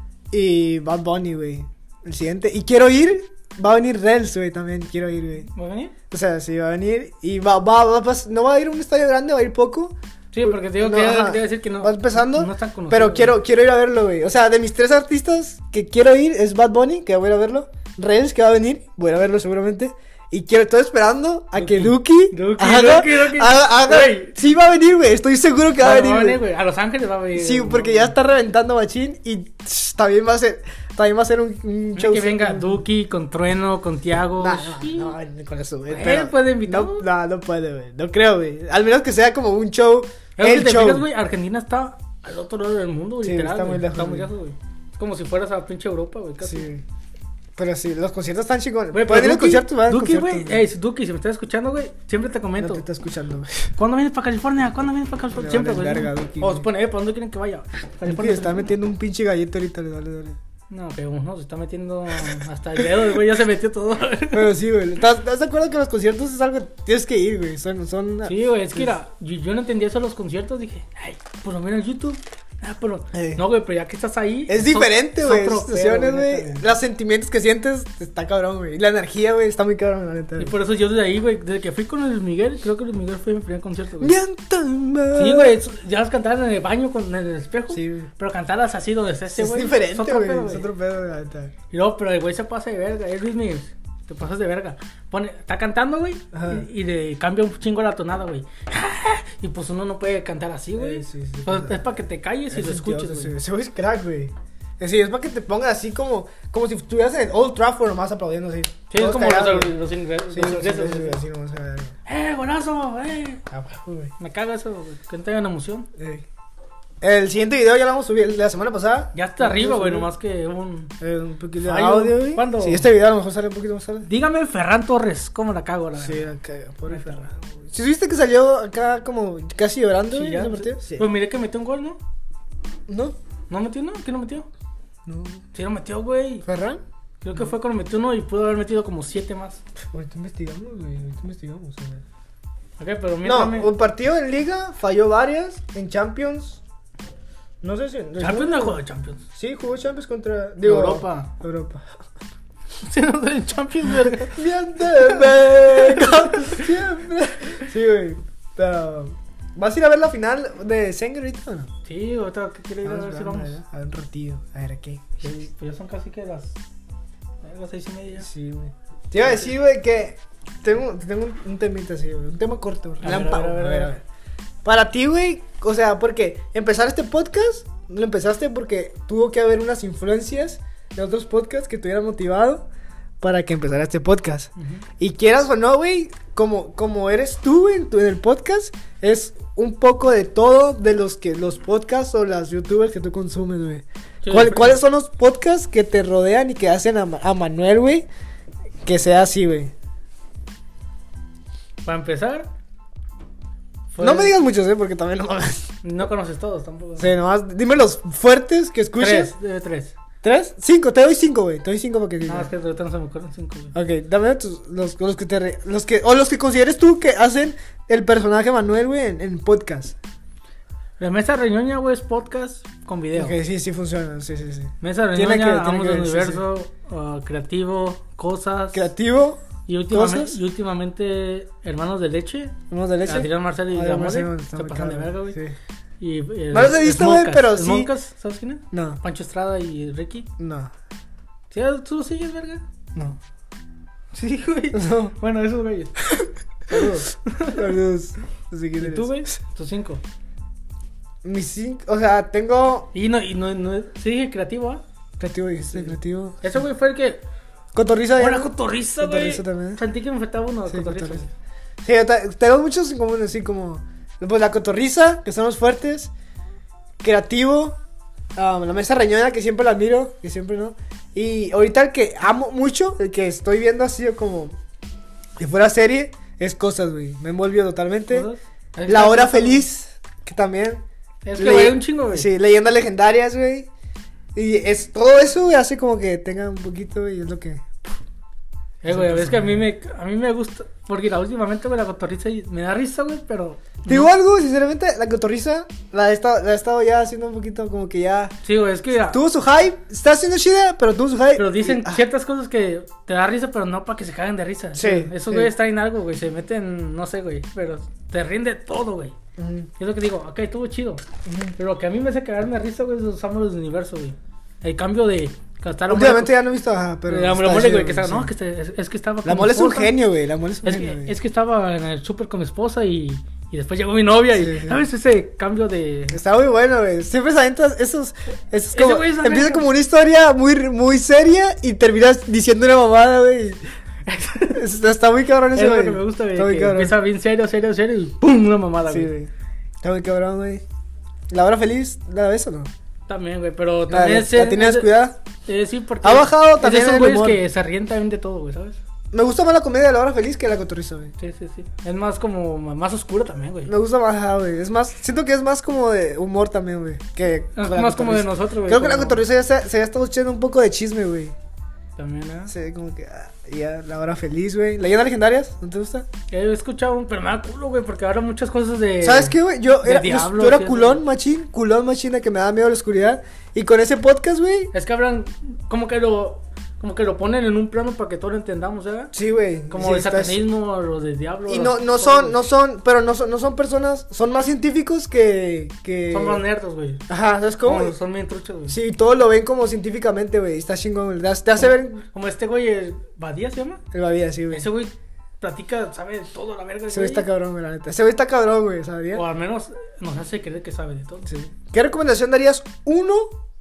[SPEAKER 1] y Bad Bunny, güey. El siguiente. Y quiero ir, va a venir Rels, güey, también quiero ir, güey.
[SPEAKER 2] ¿Va a venir?
[SPEAKER 1] O sea, sí, va a venir y va, va, va, va- no va a ir a un estadio grande, va a ir poco.
[SPEAKER 2] Sí, porque te digo
[SPEAKER 1] No,
[SPEAKER 2] que
[SPEAKER 1] ajá.
[SPEAKER 2] te iba a decir que no...
[SPEAKER 1] Va empezando,
[SPEAKER 2] No están conocidos,
[SPEAKER 1] pero
[SPEAKER 2] güey.
[SPEAKER 1] quiero, quiero ir a verlo, güey. O sea, de mis tres artistas que quiero ir es Bad Bunny, que voy a ir a verlo. Rels, que va a venir, voy a ir a verlo seguramente. Y quiero, estoy esperando a que Duki
[SPEAKER 2] Duki,
[SPEAKER 1] haga,
[SPEAKER 2] Duki, Duki.
[SPEAKER 1] haga, haga-
[SPEAKER 2] Güey.
[SPEAKER 1] sí va a venir, güey. Estoy seguro que va,
[SPEAKER 2] Va,
[SPEAKER 1] a
[SPEAKER 2] va
[SPEAKER 1] venir,
[SPEAKER 2] a venir,
[SPEAKER 1] güey.
[SPEAKER 2] güey. A Los Ángeles va a venir.
[SPEAKER 1] Sí,
[SPEAKER 2] güey.
[SPEAKER 1] porque ya está reventando machín y tss, también va a ser, también va a ser un, un show.
[SPEAKER 2] Que venga Duki con Trueno, con Tiago.
[SPEAKER 1] No, no, no, con eso, güey.
[SPEAKER 2] Él
[SPEAKER 1] pero
[SPEAKER 2] puede invitar.
[SPEAKER 1] No, no, no puede, güey. No creo, güey. Al menos que sea como un show.
[SPEAKER 2] Es que
[SPEAKER 1] El
[SPEAKER 2] te
[SPEAKER 1] show.
[SPEAKER 2] fijas, güey, Argentina está al otro lado del mundo, güey,
[SPEAKER 1] Sí,
[SPEAKER 2] literal.
[SPEAKER 1] está muy
[SPEAKER 2] güey.
[SPEAKER 1] lejos,
[SPEAKER 2] Está muy
[SPEAKER 1] güey.
[SPEAKER 2] lejos, güey. Es como si fueras a pinche Europa, güey, casi.
[SPEAKER 1] Sí. Pero sí, los conciertos están chingones.
[SPEAKER 2] Güey,
[SPEAKER 1] Pueden ir
[SPEAKER 2] pero
[SPEAKER 1] a conciertos, van a
[SPEAKER 2] Duki,
[SPEAKER 1] conciertos.
[SPEAKER 2] güey, ey, si Duki, si me estás escuchando, güey, siempre te
[SPEAKER 1] No
[SPEAKER 2] comento.
[SPEAKER 1] te está escuchando, güey.
[SPEAKER 2] ¿Cuándo vienes para California? ¿Cuándo vienes para California?
[SPEAKER 1] Le
[SPEAKER 2] Siempre,
[SPEAKER 1] vale
[SPEAKER 2] güey.
[SPEAKER 1] verga,
[SPEAKER 2] ¿no?
[SPEAKER 1] Duki,
[SPEAKER 2] O
[SPEAKER 1] güey.
[SPEAKER 2] se pone, eh, ¿para dónde quieren que vaya?
[SPEAKER 1] Duki
[SPEAKER 2] California.
[SPEAKER 1] está metiendo un pinche gallito ahorita, dale, dale.
[SPEAKER 2] No, que no, se está metiendo hasta el dedo, güey, ya se metió todo.
[SPEAKER 1] Pero sí, güey. ¿Estás, ¿Estás de acuerdo que los conciertos es algo que tienes que ir, güey? Son, son...
[SPEAKER 2] Sí, güey, es que mira, yo, yo no entendía eso de los conciertos, dije, ay, pues lo miro en YouTube. Ah, pero...
[SPEAKER 1] Eh.
[SPEAKER 2] No, güey, pero ya que estás ahí...
[SPEAKER 1] Es
[SPEAKER 2] so-
[SPEAKER 1] diferente,
[SPEAKER 2] es
[SPEAKER 1] güey.
[SPEAKER 2] otro
[SPEAKER 1] Las
[SPEAKER 2] pedo,
[SPEAKER 1] situaciones,
[SPEAKER 2] neta,
[SPEAKER 1] güey. Los sentimientos que sientes, está cabrón, güey. Y la energía, güey, está muy cabrón, la neta.
[SPEAKER 2] Y
[SPEAKER 1] güey.
[SPEAKER 2] por eso yo desde ahí, güey, desde que fui con Luis Miguel, creo que Luis Miguel fue mi primer concierto, güey.
[SPEAKER 1] Miéntame.
[SPEAKER 2] Sí, güey, eso- ya las cantabas en el baño con en el espejo.
[SPEAKER 1] Sí, güey.
[SPEAKER 2] Pero cantarlas así donde está este,
[SPEAKER 1] Es
[SPEAKER 2] güey.
[SPEAKER 1] diferente,
[SPEAKER 2] otro
[SPEAKER 1] güey.
[SPEAKER 2] pedo,
[SPEAKER 1] Es otro pedo, la neta.
[SPEAKER 2] Y luego, pero el güey se pasa de verga, es Luis Miguel. Te pasas de verga. Pone, está cantando, güey,
[SPEAKER 1] Ajá.
[SPEAKER 2] y, y le cambia un chingo la tonada, güey. Y pues uno no puede cantar así, güey.
[SPEAKER 1] Eh, sí, sí,
[SPEAKER 2] Pues,
[SPEAKER 1] pasa.
[SPEAKER 2] es para que te calles y
[SPEAKER 1] Es
[SPEAKER 2] lo escuches,
[SPEAKER 1] sentioso,
[SPEAKER 2] güey.
[SPEAKER 1] sí. Ese güey es crack, güey. Es decir, es para que te pongas así como, como si estuvieras en Old Trafford nomás aplaudiendo así.
[SPEAKER 2] Sí, es
[SPEAKER 1] Todos
[SPEAKER 2] como
[SPEAKER 1] cagados,
[SPEAKER 2] los,
[SPEAKER 1] güey.
[SPEAKER 2] los ingleses.
[SPEAKER 1] Sí,
[SPEAKER 2] los
[SPEAKER 1] sí,
[SPEAKER 2] ingleses,
[SPEAKER 1] sí,
[SPEAKER 2] güey.
[SPEAKER 1] así nomás, a ver.
[SPEAKER 2] ¡Eh, golazo! ¡Eh!
[SPEAKER 1] Ah, güey.
[SPEAKER 2] Me caga eso, güey, que no tengan emoción.
[SPEAKER 1] Ey. El siguiente video ya lo vamos a subir la semana pasada.
[SPEAKER 2] Ya está arriba, güey,
[SPEAKER 1] subir.
[SPEAKER 2] nomás que un...
[SPEAKER 1] Eh, un poquito de
[SPEAKER 2] Fallo.
[SPEAKER 1] audio, güey.
[SPEAKER 2] ¿Cuándo?
[SPEAKER 1] Sí, este video a lo mejor sale un poquito más tarde.
[SPEAKER 2] Dígame Ferran Torres, ¿cómo la cago, la
[SPEAKER 1] Sí,
[SPEAKER 2] verdad?
[SPEAKER 1] la caga, pobre
[SPEAKER 2] Neta.
[SPEAKER 1] Ferran. ¿Sí viste que salió acá como casi llorando,
[SPEAKER 2] Sí,
[SPEAKER 1] güey,
[SPEAKER 2] ya,
[SPEAKER 1] en ese partido? Sí.
[SPEAKER 2] Pues miré que metió un gol, ¿no?
[SPEAKER 1] ¿No?
[SPEAKER 2] ¿No metió, no? ¿Quién no metió?
[SPEAKER 1] No.
[SPEAKER 2] Sí lo metió, güey.
[SPEAKER 1] ¿Ferran?
[SPEAKER 2] Creo que fue cuando metió uno y pudo haber metido como siete más.
[SPEAKER 1] Ahorita investigamos, güey, ahorita investigamos. A ver.
[SPEAKER 2] Ok, pero
[SPEAKER 1] No,
[SPEAKER 2] mírame.
[SPEAKER 1] un partido en Liga falló varias, en Champions. No sé si.
[SPEAKER 2] Champions no jugó Champions.
[SPEAKER 1] Sí, jugó Champions contra.
[SPEAKER 2] Europa.
[SPEAKER 1] Europa.
[SPEAKER 2] Sí, no soy en Champions, verga.
[SPEAKER 1] Bien de ver, como siempre. Sí, güey. Pero. ¿Vas a ir a ver la final de Sengar ahorita o no?
[SPEAKER 2] Sí, ahorita que quiere ir a ver si vamos.
[SPEAKER 1] A ver un ratillo. A ver, ¿a qué?
[SPEAKER 2] Sí, pues ya son casi que las. Las seis y media.
[SPEAKER 1] Sí, güey. Te iba a decir, güey, que. Tengo, tengo un, un temita así, güey. Un tema corto, güey.
[SPEAKER 2] A ver,
[SPEAKER 1] Relámpago.
[SPEAKER 2] a ver, a ver, a ver.
[SPEAKER 1] Para ti, güey, o sea, porque empezar este podcast, lo empezaste porque tuvo que haber unas influencias de otros podcasts que te hubieran motivado para que empezara este podcast.
[SPEAKER 2] Ujú.
[SPEAKER 1] Y quieras o no, güey, como, como eres tú, güey, en, tu- en el podcast, es un poco de todo de los que los podcasts o las youtubers que tú consumes, güey.
[SPEAKER 2] Sí,
[SPEAKER 1] ¿Cuál-
[SPEAKER 2] sí.
[SPEAKER 1] ¿Cuáles son los podcasts que te rodean y que hacen a, Ma- a Manuel, güey, que sea así, güey?
[SPEAKER 2] Para empezar. fue-
[SPEAKER 1] No me digas muchos, eh, porque también no mames.
[SPEAKER 2] No conoces todos tampoco.
[SPEAKER 1] Sí, nomás dime los fuertes que escuchas.
[SPEAKER 2] Tres, debe tres.
[SPEAKER 1] ¿Tres? Cinco, te doy cinco, güey. Te doy cinco para que
[SPEAKER 2] No,
[SPEAKER 1] digas.
[SPEAKER 2] es que ahorita no se me ocurren cinco, güey.
[SPEAKER 1] Ok, dame tus, los, los que te re- los que o los que consideres tú que hacen el personaje Manuel, güey, en, en podcast.
[SPEAKER 2] La Mesa Reñoña, güey, es podcast con video.
[SPEAKER 1] Ok, sí, sí funciona, sí, sí, sí.
[SPEAKER 2] Mesa
[SPEAKER 1] Tiene
[SPEAKER 2] Reñoña,
[SPEAKER 1] que- tiene
[SPEAKER 2] Amos
[SPEAKER 1] que
[SPEAKER 2] del
[SPEAKER 1] ver, sí,
[SPEAKER 2] Universo, uh, Creativo, Cosas.
[SPEAKER 1] Creativo,
[SPEAKER 2] y, últimamente,
[SPEAKER 1] Cosas.
[SPEAKER 2] y últimamente Hermanos de Leche.
[SPEAKER 1] unos de leche.
[SPEAKER 2] Adrián Marcel y
[SPEAKER 1] Adrián
[SPEAKER 2] la Mole.
[SPEAKER 1] Marcel, está
[SPEAKER 2] Se
[SPEAKER 1] muy
[SPEAKER 2] pasan de
[SPEAKER 1] cabrón,
[SPEAKER 2] verga, güey.
[SPEAKER 1] sí.
[SPEAKER 2] Y, eh,
[SPEAKER 1] No los he visto, güey,
[SPEAKER 2] Smoncas,
[SPEAKER 1] pero sí.
[SPEAKER 2] Smoncas, ¿sabes quién es?
[SPEAKER 1] No,
[SPEAKER 2] Pancho Estrada y Ricky.
[SPEAKER 1] no,
[SPEAKER 2] ¿Sí, ¿Tú lo sigues, verga?
[SPEAKER 1] no.
[SPEAKER 2] Sí, güey.
[SPEAKER 1] No.
[SPEAKER 2] Bueno, esos güeyes. Saludos.
[SPEAKER 1] Saludos. No sé quién
[SPEAKER 2] ¿Y
[SPEAKER 1] eres.
[SPEAKER 2] tú, güey? Tus cinco.
[SPEAKER 1] Mis cinco, o sea, tengo
[SPEAKER 2] Y no, y no, no sí dije creativo, ¿ah?
[SPEAKER 1] creativo, dijiste, creativo.
[SPEAKER 2] Ese güey fue el que.
[SPEAKER 1] Cotorriza.
[SPEAKER 2] Buena
[SPEAKER 1] ¿no?
[SPEAKER 2] cotorriza, güey.
[SPEAKER 1] Cotorriza también.
[SPEAKER 2] Sentí que me faltaba uno de
[SPEAKER 1] Sí,
[SPEAKER 2] cotorriza.
[SPEAKER 1] cotorriza. Sí, yo ta- tenemos muchos en común, así como. Pues la cotorriza, que son los fuertes. Creativo. um, la mesa reñona, que siempre la admiro, que siempre no. Y ahorita el que amo mucho, el que estoy viendo así como. Si fuera serie, es Cosas, güey. Me envolvió totalmente.
[SPEAKER 2] ¿Cosas? Es que
[SPEAKER 1] La Hora
[SPEAKER 2] está-
[SPEAKER 1] Feliz, que también.
[SPEAKER 2] Es que
[SPEAKER 1] Le-
[SPEAKER 2] vale un chingo, güey.
[SPEAKER 1] Sí, leyendas legendarias, güey. Y es todo eso, güey, hace como que tenga un poquito, güey, es lo que.
[SPEAKER 2] Eh, güey, es que a mí me, a mí me gusta. Porque la últimamente, güey, la cotorriza y- me da risa, güey, pero.
[SPEAKER 1] Te digo algo, sinceramente, la cotorriza la he estado, la he estado ya haciendo un poquito como que ya.
[SPEAKER 2] Sí, güey, es que. ya-
[SPEAKER 1] Tuvo su hype, está haciendo chida, pero tuvo su hype.
[SPEAKER 2] Pero dicen
[SPEAKER 1] y- ah,
[SPEAKER 2] ciertas cosas que te da risa, pero no para que se caguen de risa.
[SPEAKER 1] Sí,
[SPEAKER 2] Esos
[SPEAKER 1] sí.
[SPEAKER 2] güeyes traen algo, güey. Se meten, no sé, güey. Pero te rinde todo, güey.
[SPEAKER 1] ujú,
[SPEAKER 2] Es lo que digo, ok, estuvo chido.
[SPEAKER 1] ujú.
[SPEAKER 2] Pero lo que a mí me hace cagarme de risa, güey, es los amos del universo, güey. El cambio de. Gastar la
[SPEAKER 1] Últimamente ya no he visto, ajá, pero.
[SPEAKER 2] la, la
[SPEAKER 1] está
[SPEAKER 2] mole,
[SPEAKER 1] chido,
[SPEAKER 2] güey, que estaba.
[SPEAKER 1] sí.
[SPEAKER 2] No, que este- es, es que estaba.
[SPEAKER 1] La
[SPEAKER 2] con mi
[SPEAKER 1] mole es un
[SPEAKER 2] esposa.
[SPEAKER 1] genio, güey, la mole es un
[SPEAKER 2] Es
[SPEAKER 1] genio,
[SPEAKER 2] que,
[SPEAKER 1] güey.
[SPEAKER 2] es que estaba en el súper con mi esposa y, y después llegó mi novia y,
[SPEAKER 1] Sí, sí.
[SPEAKER 2] ¿sabes? Ese cambio de...
[SPEAKER 1] Está muy bueno, güey. Siempre se avientan esos. esos
[SPEAKER 2] Ese
[SPEAKER 1] como,
[SPEAKER 2] güey es la
[SPEAKER 1] empieza
[SPEAKER 2] verga.
[SPEAKER 1] como una historia muy, muy seria y terminas diciendo una mamada, güey. está, está muy cabrón
[SPEAKER 2] Es
[SPEAKER 1] ese,
[SPEAKER 2] lo
[SPEAKER 1] güey.
[SPEAKER 2] que me gusta, güey,
[SPEAKER 1] Está muy
[SPEAKER 2] que
[SPEAKER 1] cabrón.
[SPEAKER 2] empieza bien serio, serio, serio y ¡pum! Una mamada,
[SPEAKER 1] Sí,
[SPEAKER 2] güey.
[SPEAKER 1] güey. Está muy cabrón, güey. ¿La hora feliz? ¿La ves o no?
[SPEAKER 2] También, güey, pero
[SPEAKER 1] ¿La,
[SPEAKER 2] también...
[SPEAKER 1] la,
[SPEAKER 2] ese-
[SPEAKER 1] la tienes
[SPEAKER 2] ese-
[SPEAKER 1] cuidada?
[SPEAKER 2] Eh, sí, porque...
[SPEAKER 1] Ha bajado
[SPEAKER 2] es de
[SPEAKER 1] también
[SPEAKER 2] esos
[SPEAKER 1] el
[SPEAKER 2] güeyes
[SPEAKER 1] humor.
[SPEAKER 2] que se ríen también de todo, güey, ¿sabes?
[SPEAKER 1] Me gusta más la comedia de la hora feliz que la cotorriza, güey.
[SPEAKER 2] Sí, sí, sí. Es más como... Más oscuro también, güey.
[SPEAKER 1] Me gusta más, ajá, güey. Es más, siento que es más como de humor también, güey. Que
[SPEAKER 2] Es
[SPEAKER 1] la
[SPEAKER 2] más como de
[SPEAKER 1] cotorriza.
[SPEAKER 2] nosotros, güey.
[SPEAKER 1] Creo que la
[SPEAKER 2] como-
[SPEAKER 1] cotorriza ya se, se ya está echando un poco de chisme, güey.
[SPEAKER 2] También, ¿eh?
[SPEAKER 1] Sí, como que ah, ya la hora feliz, güey. ¿Leyendas legendarias? ¿No te gusta?
[SPEAKER 2] He escuchado, pero me da culo, güey, porque ahora muchas cosas de...
[SPEAKER 1] ¿Sabes qué, güey? Yo
[SPEAKER 2] de
[SPEAKER 1] era, yo-
[SPEAKER 2] diablos
[SPEAKER 1] yo era
[SPEAKER 2] y eso.
[SPEAKER 1] culón machín, culón machín de que me da miedo la oscuridad. Y con ese podcast, güey.
[SPEAKER 2] Es que hablan... Como que lo... Como que lo ponen en un plano para que todos lo entendamos, ¿verdad?
[SPEAKER 1] Sí, güey.
[SPEAKER 2] Como
[SPEAKER 1] sí,
[SPEAKER 2] el
[SPEAKER 1] estás-
[SPEAKER 2] satanismo, los del diablo.
[SPEAKER 1] Y no,
[SPEAKER 2] los-
[SPEAKER 1] no son, no son, pero no son, no son personas, son más científicos que, que...
[SPEAKER 2] Son más nerdos, güey.
[SPEAKER 1] Ajá, ¿sabes cómo?
[SPEAKER 2] Como son bien truchos, güey.
[SPEAKER 1] Sí, todo lo ven como científicamente, güey. Está chingón, güey. Te hace- te hace ver
[SPEAKER 2] Como este güey, el Badía se llama.
[SPEAKER 1] el babía, sí, güey.
[SPEAKER 2] Ese güey platica, sabe de todo, la verga.
[SPEAKER 1] Ese güey está cabrón, güey, la neta. Ese güey está cabrón, güey, ¿sabías?
[SPEAKER 2] O al menos nos hace creer que sabe de todo.
[SPEAKER 1] Sí. ¿Qué recomendación darías? Uno.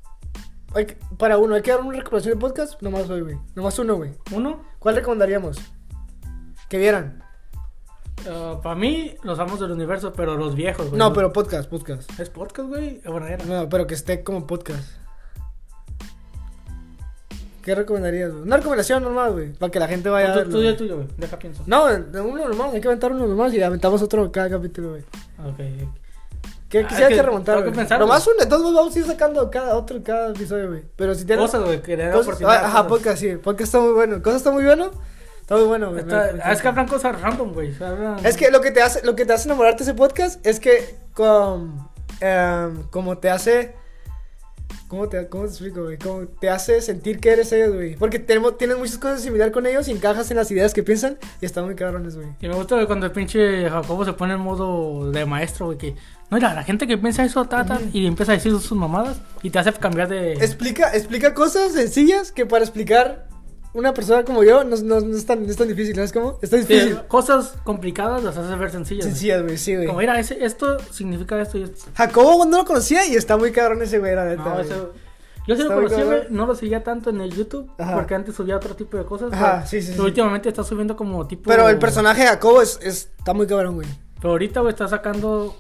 [SPEAKER 1] Hay que- para uno, hay que dar una recomendación de podcast. Nomás hoy, güey. Nomás uno, güey.
[SPEAKER 2] Uno,
[SPEAKER 1] ¿Cuál recomendaríamos? Que vieran.
[SPEAKER 2] Uh, para mí, los amos del universo, pero los viejos, güey.
[SPEAKER 1] No, pero podcast, podcast.
[SPEAKER 2] ¿Es podcast, güey? Bueno, era.
[SPEAKER 1] No, pero que esté como podcast. ¿Qué recomendarías, güey? Una recomendación normal, güey. Para que la gente vaya a
[SPEAKER 2] Tú,
[SPEAKER 1] verlo,
[SPEAKER 2] tú ya
[SPEAKER 1] güey.
[SPEAKER 2] tuyo, güey. Deja pienso.
[SPEAKER 1] No, de uno normal. Hay que aventar uno normal y aventamos otro cada capítulo, güey.
[SPEAKER 2] Ok.
[SPEAKER 1] ¿Qué
[SPEAKER 2] Ah,
[SPEAKER 1] quisiera
[SPEAKER 2] es
[SPEAKER 1] que
[SPEAKER 2] que
[SPEAKER 1] remontar,
[SPEAKER 2] tengo que
[SPEAKER 1] güey?
[SPEAKER 2] pensar,
[SPEAKER 1] Nomás uno, entonces vamos a ir sacando cada otro, cada episodio, güey. Pero si tienes...
[SPEAKER 2] Cosas, güey, que le den
[SPEAKER 1] cosas-
[SPEAKER 2] oportunidad.
[SPEAKER 1] ah, Ajá, podcast, sí. Podcast está muy bueno. Cosa está muy bueno. Está muy bueno, güey.
[SPEAKER 2] Está-
[SPEAKER 1] Me- me-
[SPEAKER 2] ah, es que hablan cosas random, güey. o sea, hablan-
[SPEAKER 1] Es que lo que te hace, lo que te hace enamorarte de ese podcast es que con, em, como te hace, ¿cómo te, cómo te explico, güey? Como te hace sentir que eres ellos, güey. Porque tenemos, tienes muchas cosas similar con ellos y encajas en las ideas que piensan y están muy cabrones, güey.
[SPEAKER 2] Y me gusta que cuando el pinche Jacobo se pone en modo de maestro, güey, que... No, mira, la gente que piensa eso, ta, ta, y empieza a decir sus mamadas y te hace cambiar de...
[SPEAKER 1] Explica, explica cosas sencillas que para explicar una persona como yo no, no, no es, tan, no es tan difícil, ¿sabes cómo? Está
[SPEAKER 2] Sí,
[SPEAKER 1] difícil.
[SPEAKER 2] cosas complicadas las hace ver sencillas. güey.
[SPEAKER 1] Sencillas, güey, sí, güey.
[SPEAKER 2] Como, mira, ese, esto significa esto y esto.
[SPEAKER 1] Jacobo no lo conocía y está muy cabrón ese güey, la neta.
[SPEAKER 2] No,
[SPEAKER 1] güey.
[SPEAKER 2] eso... Yo sí lo
[SPEAKER 1] Está muy
[SPEAKER 2] conocí, güey,
[SPEAKER 1] cabrón.
[SPEAKER 2] no lo seguía tanto en el YouTube,
[SPEAKER 1] Ajá.
[SPEAKER 2] porque antes subía otro tipo de cosas.
[SPEAKER 1] Ajá,
[SPEAKER 2] pero-
[SPEAKER 1] sí, sí,
[SPEAKER 2] pero
[SPEAKER 1] sí.
[SPEAKER 2] últimamente está subiendo como tipo...
[SPEAKER 1] Pero el personaje de Jacobo es, es, está muy cabrón, güey.
[SPEAKER 2] Pero ahorita, güey, está sacando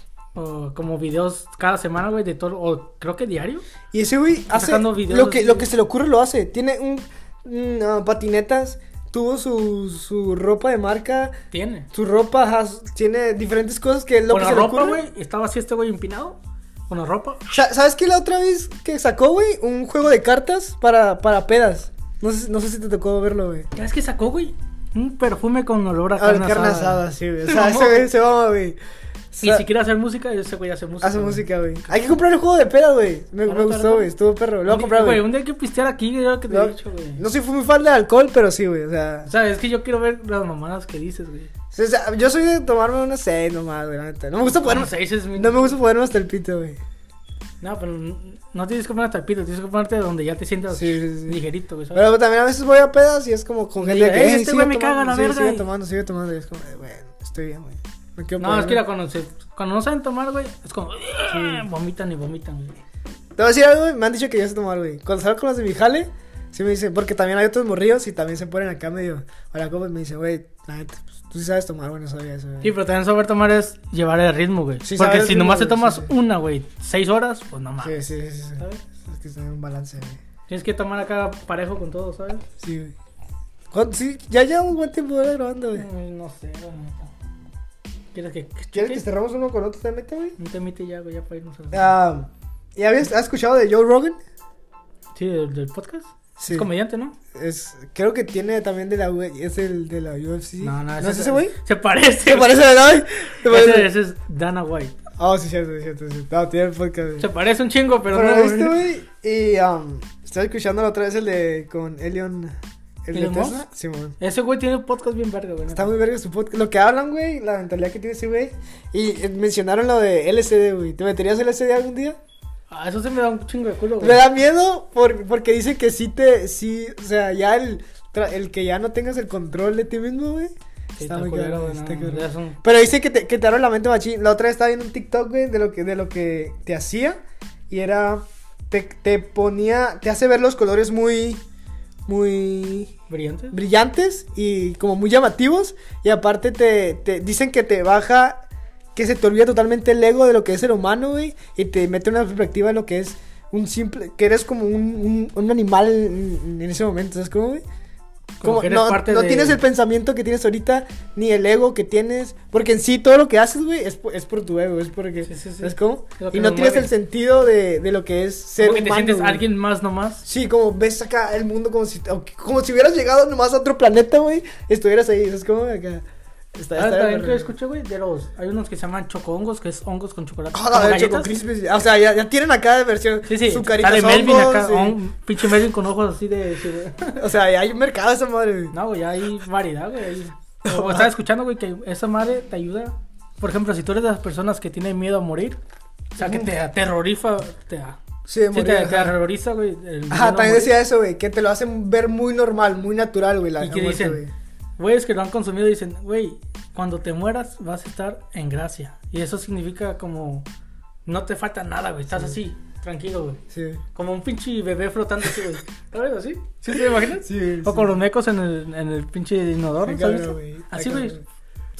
[SPEAKER 2] uh, como videos cada semana, güey, de todo, o creo que diario.
[SPEAKER 1] Y ese güey hace
[SPEAKER 2] sacando videos
[SPEAKER 1] lo que,
[SPEAKER 2] así.
[SPEAKER 1] lo que se le ocurre lo hace. Tiene un, un, ah, patinetas, tuvo su, su ropa de marca,
[SPEAKER 2] Tiene.
[SPEAKER 1] su ropa, ajá, tiene diferentes cosas que es lo
[SPEAKER 2] Con
[SPEAKER 1] que
[SPEAKER 2] la
[SPEAKER 1] se le
[SPEAKER 2] ropa,
[SPEAKER 1] ocurre.
[SPEAKER 2] güey, estaba así este güey empinado. Con la ropa.
[SPEAKER 1] Sa- ¿Sabes qué la otra vez que sacó, güey? Un juego de cartas para, para pedas. No sé, no sé si te tocó verlo, güey.
[SPEAKER 2] Ya es que sacó, güey, un perfume con olor a
[SPEAKER 1] Ah,
[SPEAKER 2] carne,
[SPEAKER 1] carne
[SPEAKER 2] asada.
[SPEAKER 1] asada, sí, güey. O
[SPEAKER 2] Se
[SPEAKER 1] sea,
[SPEAKER 2] mamó.
[SPEAKER 1] ese güey se va, güey.
[SPEAKER 2] Y
[SPEAKER 1] Sa-
[SPEAKER 2] si quiere hacer música, ese güey hace música.
[SPEAKER 1] Hace
[SPEAKER 2] güey.
[SPEAKER 1] música, güey. Hay que comprar el juego de pedas, güey. Me,
[SPEAKER 2] Claro,
[SPEAKER 1] me
[SPEAKER 2] claro,
[SPEAKER 1] gustó,
[SPEAKER 2] claro.
[SPEAKER 1] güey. Estuvo perro. Lo voy a
[SPEAKER 2] Un
[SPEAKER 1] comprar,
[SPEAKER 2] día-
[SPEAKER 1] güey.
[SPEAKER 2] un día hay que pistear aquí, es lo que te
[SPEAKER 1] No,
[SPEAKER 2] he dicho, güey.
[SPEAKER 1] no soy muy fan de alcohol, pero sí, güey. O sea,
[SPEAKER 2] O sea, es que yo quiero ver las mamadas que dices, güey.
[SPEAKER 1] o sea, yo soy de tomarme unas seis nomás, güey, la neta. No me gusta ponerme,
[SPEAKER 2] Bueno, seis es mi-
[SPEAKER 1] no me gusta ponerme hasta el pito, güey.
[SPEAKER 2] No, pero no tienes que ponerte al pito, tienes que ponerte donde ya te sientas
[SPEAKER 1] Sí, sí, sí.
[SPEAKER 2] ligerito, güey, ¿sabes?
[SPEAKER 1] Pero también a veces voy a pedas y es como con gente
[SPEAKER 2] Diga,
[SPEAKER 1] que,
[SPEAKER 2] "Ey,
[SPEAKER 1] "Ey,
[SPEAKER 2] este
[SPEAKER 1] sigue
[SPEAKER 2] güey me
[SPEAKER 1] tomando,
[SPEAKER 2] caga la
[SPEAKER 1] sí,
[SPEAKER 2] verga",
[SPEAKER 1] sigue
[SPEAKER 2] y-
[SPEAKER 1] tomando, sigue tomando. Y es como, de, bueno, estoy bien, güey. Me quiero
[SPEAKER 2] No,
[SPEAKER 1] poner,
[SPEAKER 2] es que mira, cuando, se, cuando no saben tomar, güey, es como... Vomitan y vomitan, güey.
[SPEAKER 1] Te voy a decir algo, güey. Me han dicho que yo sé tomar, güey. Cuando salgo con los de mi jale, sí me dicen, porque también hay otros morrillos y también se ponen acá medio. Hola, ¿cómo? Y me dicen, güey, la neta, pues, tú sí sabes tomar, güey, no sabía eso, güey.
[SPEAKER 2] Sí, pero también saber tomar es llevar el ritmo, güey.
[SPEAKER 1] Sí,
[SPEAKER 2] Porque
[SPEAKER 1] saber el
[SPEAKER 2] si
[SPEAKER 1] ritmo,
[SPEAKER 2] nomás te
[SPEAKER 1] güey,
[SPEAKER 2] tomas
[SPEAKER 1] sí, sí.
[SPEAKER 2] una, güey, seis horas, pues no
[SPEAKER 1] Sí,
[SPEAKER 2] mames.
[SPEAKER 1] sí, sí, sí, sí.
[SPEAKER 2] ¿Sabes?
[SPEAKER 1] Es que tener un balance, güey.
[SPEAKER 2] Tienes que tomar acá parejo con todo, ¿sabes?
[SPEAKER 1] Sí, güey. ¿Cuánto- Sí, ya llevamos buen tiempo de grabando, güey.
[SPEAKER 2] Ay, no sé, güey. ¿Quieres que, que
[SPEAKER 1] ¿Quieres que
[SPEAKER 2] cheque?
[SPEAKER 1] cerramos uno con otro también, güey?
[SPEAKER 2] Un temite ya, güey, ya para irnos a...
[SPEAKER 1] Ah, ¿ya habías, has escuchado de Joe Rogan?
[SPEAKER 2] Sí, del, del podcast.
[SPEAKER 1] Sí.
[SPEAKER 2] Es comediante, ¿no?
[SPEAKER 1] Es, creo que tiene también de la U es el de la U F C.
[SPEAKER 2] No, no,
[SPEAKER 1] ¿No es ese güey?
[SPEAKER 2] Se parece.
[SPEAKER 1] ¿Se parece, verdad? ¿Se parece?
[SPEAKER 2] Ese, ese es Dana White.
[SPEAKER 1] Oh, sí, cierto, sí, cierto, sí. No, tiene el podcast, güey.
[SPEAKER 2] Se parece un chingo, pero,
[SPEAKER 1] Pero
[SPEAKER 2] no.
[SPEAKER 1] lo viste, güey. Y um, estaba escuchando la otra vez el de con Elion. El de
[SPEAKER 2] ¿Elon
[SPEAKER 1] Tesla.
[SPEAKER 2] Musk?
[SPEAKER 1] Simón.
[SPEAKER 2] Ese güey tiene un podcast bien verga, güey.
[SPEAKER 1] Está muy verga su podcast. Lo que hablan, güey, la mentalidad que tiene ese güey. Y eh, mencionaron lo de L S D, güey. ¿Te meterías L S D algún día?
[SPEAKER 2] Ah, eso se me da un chingo de culo, güey.
[SPEAKER 1] Me da miedo por, porque dice que sí te. Sí, o sea, ya el, tra- el que ya no tengas el control de ti mismo, güey.
[SPEAKER 2] Sí,
[SPEAKER 1] Está
[SPEAKER 2] está
[SPEAKER 1] muy
[SPEAKER 2] culero,
[SPEAKER 1] cabrón,
[SPEAKER 2] güey,
[SPEAKER 1] está
[SPEAKER 2] no,
[SPEAKER 1] cabrón.
[SPEAKER 2] ya son-
[SPEAKER 1] Pero dice que te, que te abre la mente machín. La otra vez estaba viendo un TikTok, güey, de lo que, de lo que te hacía. Y era. Te, te ponía. Te hace ver los colores muy. Muy.
[SPEAKER 2] ¿Brillantes?
[SPEAKER 1] Brillantes y como muy llamativos. Y aparte te, te dicen que te baja. Que se te olvida totalmente el ego de lo que es el humano, güey. Y te mete una perspectiva de lo que es un simple. Que eres como un, un, un animal en, en ese momento, ¿sabes cómo, güey?
[SPEAKER 2] Como
[SPEAKER 1] Como,
[SPEAKER 2] que eres
[SPEAKER 1] no,
[SPEAKER 2] parte
[SPEAKER 1] no
[SPEAKER 2] de-
[SPEAKER 1] tienes el pensamiento que tienes ahorita, ni el ego que tienes, porque en sí todo lo que haces, güey, es, por- es por tu ego, es porque,
[SPEAKER 2] Sí, sí, sí.
[SPEAKER 1] ¿sabes cómo?
[SPEAKER 2] Es lo que
[SPEAKER 1] Y no
[SPEAKER 2] nos
[SPEAKER 1] tienes
[SPEAKER 2] mueve.
[SPEAKER 1] el sentido de, de lo que es ser
[SPEAKER 2] Como que te
[SPEAKER 1] humano,
[SPEAKER 2] sientes
[SPEAKER 1] güey.
[SPEAKER 2] alguien más nomás.
[SPEAKER 1] Sí, como ves acá el mundo como si, como si hubieras llegado nomás a otro planeta, güey, estuvieras ahí, ¿sabes cómo? Acá. Está,
[SPEAKER 2] Ah,
[SPEAKER 1] está
[SPEAKER 2] también
[SPEAKER 1] bien,
[SPEAKER 2] que escuché, güey, de los... Hay unos que se llaman chocohongos, que es hongos con chocolate.
[SPEAKER 1] Ah,
[SPEAKER 2] como
[SPEAKER 1] la de Choco
[SPEAKER 2] galletas.
[SPEAKER 1] Crispies. O sea, ya, ya tienen acá de versión.
[SPEAKER 2] Sí, sí,
[SPEAKER 1] su carita
[SPEAKER 2] sale Melvin
[SPEAKER 1] hongos,
[SPEAKER 2] acá,
[SPEAKER 1] sí.
[SPEAKER 2] un pinche Melvin con ojos así de... sí, güey.
[SPEAKER 1] O sea, ya hay un mercado de esa madre, güey.
[SPEAKER 2] No, güey, ya hay variedad, güey. ahí. Como estaba escuchando, güey, que esa madre te ayuda. Por ejemplo, si tú eres de las personas que tienen miedo a morir, o sea, que te aterroriza, te,
[SPEAKER 1] Sí, de
[SPEAKER 2] sí,
[SPEAKER 1] morir,
[SPEAKER 2] te, te
[SPEAKER 1] ajá.
[SPEAKER 2] aterroriza, güey. el miedo
[SPEAKER 1] Ajá,
[SPEAKER 2] a
[SPEAKER 1] también
[SPEAKER 2] morir.
[SPEAKER 1] decía eso, güey, que te lo hacen ver muy normal, muy natural, güey, la
[SPEAKER 2] Y
[SPEAKER 1] la
[SPEAKER 2] que
[SPEAKER 1] muerte,
[SPEAKER 2] dicen,
[SPEAKER 1] güey.
[SPEAKER 2] güeyes que lo han consumido dicen, güey, cuando te mueras vas a estar en gracia. Y eso significa como, no te falta nada, güey, estás así, tranquilo, güey.
[SPEAKER 1] Sí.
[SPEAKER 2] Como un pinche bebé flotando así, güey. ¿Sabes? ¿Así? ¿Sí te imaginas?
[SPEAKER 1] Sí,
[SPEAKER 2] O
[SPEAKER 1] sí.
[SPEAKER 2] con los mecos en el, en el pinche inodoro,
[SPEAKER 1] Está
[SPEAKER 2] ¿sabes?
[SPEAKER 1] cabrón, güey, está
[SPEAKER 2] Así, güey.
[SPEAKER 1] cabrón.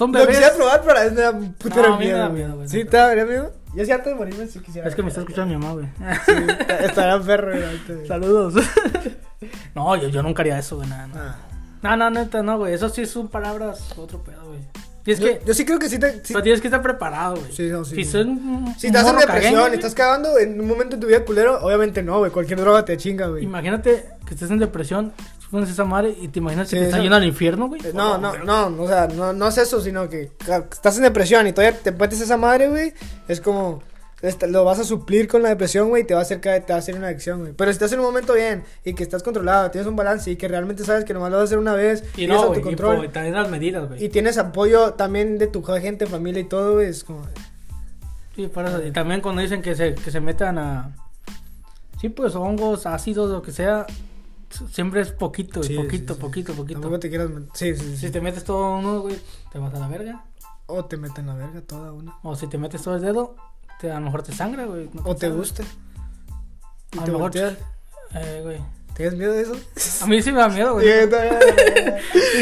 [SPEAKER 2] Son
[SPEAKER 1] Lo
[SPEAKER 2] bebés.
[SPEAKER 1] quisiera probar, pero a veces me da un putero
[SPEAKER 2] No, a mí me
[SPEAKER 1] miedo.
[SPEAKER 2] da
[SPEAKER 1] güey.
[SPEAKER 2] miedo, güey,
[SPEAKER 1] ¿Sí
[SPEAKER 2] neta.
[SPEAKER 1] te daría miedo? Yo sí antes de morirme sí quisiera.
[SPEAKER 2] Es que me está escuchando mi mamá, güey.
[SPEAKER 1] Sí, estará perro, güey. ahorita, güey.
[SPEAKER 2] Saludos. No, yo, yo nunca haría eso, güey, nada, no.
[SPEAKER 1] Ah.
[SPEAKER 2] No, no, neta, no, güey. Eso sí son palabras, otro pedo, güey. Tienes
[SPEAKER 1] Yo,
[SPEAKER 2] que,
[SPEAKER 1] yo sí creo que sí te. Sí,
[SPEAKER 2] pero tienes que estar preparado, güey.
[SPEAKER 1] Sí, no, sí,
[SPEAKER 2] Si
[SPEAKER 1] sí.
[SPEAKER 2] son un-
[SPEAKER 1] si
[SPEAKER 2] un
[SPEAKER 1] estás en
[SPEAKER 2] morro
[SPEAKER 1] depresión
[SPEAKER 2] caguengue,
[SPEAKER 1] y estás cagando en un momento de tu vida culero, obviamente no, güey. Cualquier droga te chinga, güey.
[SPEAKER 2] imagínate que estés en depresión, pones esa madre y te imaginas que
[SPEAKER 1] Sí,
[SPEAKER 2] te está
[SPEAKER 1] eso-
[SPEAKER 2] yendo al infierno, güey.
[SPEAKER 1] Eh, No, no, no, o sea, no, no es eso, sino que ca- estás en depresión y todavía te metes esa madre, güey. Es como, esta- lo vas a suplir con la depresión, güey, y te va a hacer caer, te va a hacer una adicción, güey. Pero si estás en un momento bien y que estás controlado, tienes un balance y que realmente sabes que nomás lo vas a hacer una vez,
[SPEAKER 2] Y
[SPEAKER 1] tienes
[SPEAKER 2] no, güey, y,
[SPEAKER 1] autocontrol
[SPEAKER 2] po- y también las medidas, güey.
[SPEAKER 1] y tienes apoyo también de tu gente, familia y todo, güey, es como...
[SPEAKER 2] Sí, por eso. Y también cuando dicen que se, que se metan a... Sí, pues hongos, ácidos, lo que sea, s- siempre es poquito, güey,
[SPEAKER 1] Sí,
[SPEAKER 2] poquito,
[SPEAKER 1] sí, sí.
[SPEAKER 2] poquito, poquito.
[SPEAKER 1] Tampoco te quieras... men- Sí, sí, sí.
[SPEAKER 2] Si te metes todo uno, güey, te vas a la verga.
[SPEAKER 1] O te meten la verga toda una.
[SPEAKER 2] O si te metes todo el dedo, te, a lo mejor te sangra, güey. no
[SPEAKER 1] O te
[SPEAKER 2] sabes.
[SPEAKER 1] gusta. Y
[SPEAKER 2] A
[SPEAKER 1] te
[SPEAKER 2] lo mejor...
[SPEAKER 1] volteas.
[SPEAKER 2] Eh, güey.
[SPEAKER 1] ¿Tienes miedo de eso?
[SPEAKER 2] A mí sí me da miedo, güey.
[SPEAKER 1] Sí, todavía-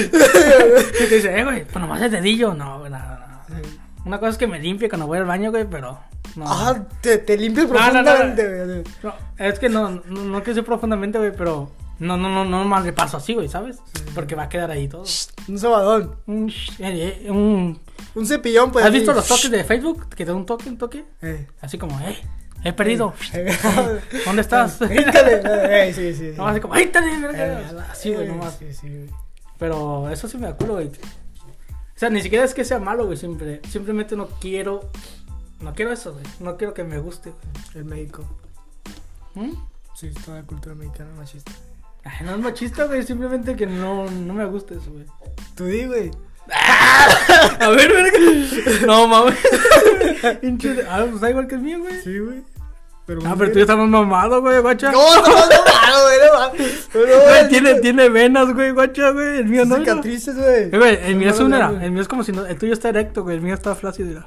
[SPEAKER 2] Y te dice, eh, güey, pues nomás el dedillo. No, güey, nada, nada. Una cosa es que me limpie cuando voy al baño, güey, pero... No,
[SPEAKER 1] Ah, te, te limpias
[SPEAKER 2] No, no, no, no.
[SPEAKER 1] profundamente, güey.
[SPEAKER 2] no, es que no, no, no que sé profundamente, güey, pero... No, no, no, no mal le paso así, güey, ¿sabes? Porque va a quedar ahí todo.
[SPEAKER 1] Un sobadón.
[SPEAKER 2] Un... sh- eh, eh, un...
[SPEAKER 1] Un cepillón, pues.
[SPEAKER 2] ¿Has
[SPEAKER 1] así.
[SPEAKER 2] visto los toques de Facebook? Que te da un toque, un toque.
[SPEAKER 1] Eh.
[SPEAKER 2] Así como, eh, he perdido.
[SPEAKER 1] Eh.
[SPEAKER 2] ¿Dónde estás?
[SPEAKER 1] Grítale. Eh, sí, sí. sí.
[SPEAKER 2] No, así como, ¡ay, dale,
[SPEAKER 1] Eh,
[SPEAKER 2] verga! Así, güey,
[SPEAKER 1] sí,
[SPEAKER 2] nomás.
[SPEAKER 1] Sí, sí, güey.
[SPEAKER 2] Pero eso sí me da culo, güey. O sea, ni siquiera es que sea malo, güey, siempre. Simplemente no quiero... No quiero eso, güey. No quiero que me guste,
[SPEAKER 1] El México.
[SPEAKER 2] güey. ¿Mm?
[SPEAKER 1] Sí, toda la cultura mexicana machista.
[SPEAKER 2] Ay, no es machista, güey. Simplemente que no, no me gusta eso, güey.
[SPEAKER 1] Tú di, güey.
[SPEAKER 2] A ver, verga. No, mames. Pinche de- Ah, pues da igual que el mío, güey.
[SPEAKER 1] Sí, güey. Pero
[SPEAKER 2] Ah, pero tú ya estás más mamado, güey, guacha.
[SPEAKER 1] No, no, no, no, no, güey, no, mames. No, no,
[SPEAKER 2] Güey,
[SPEAKER 1] güey,
[SPEAKER 2] tiene,
[SPEAKER 1] sí,
[SPEAKER 2] tiene venas, güey, guacha, güey. El mío no. mira.
[SPEAKER 1] cicatrices, güey.
[SPEAKER 2] Eh, güey, el mío es
[SPEAKER 1] No,
[SPEAKER 2] una.
[SPEAKER 1] no, güey.
[SPEAKER 2] El mío es como si no. El tuyo está erecto, güey. El mío está flácido, mira.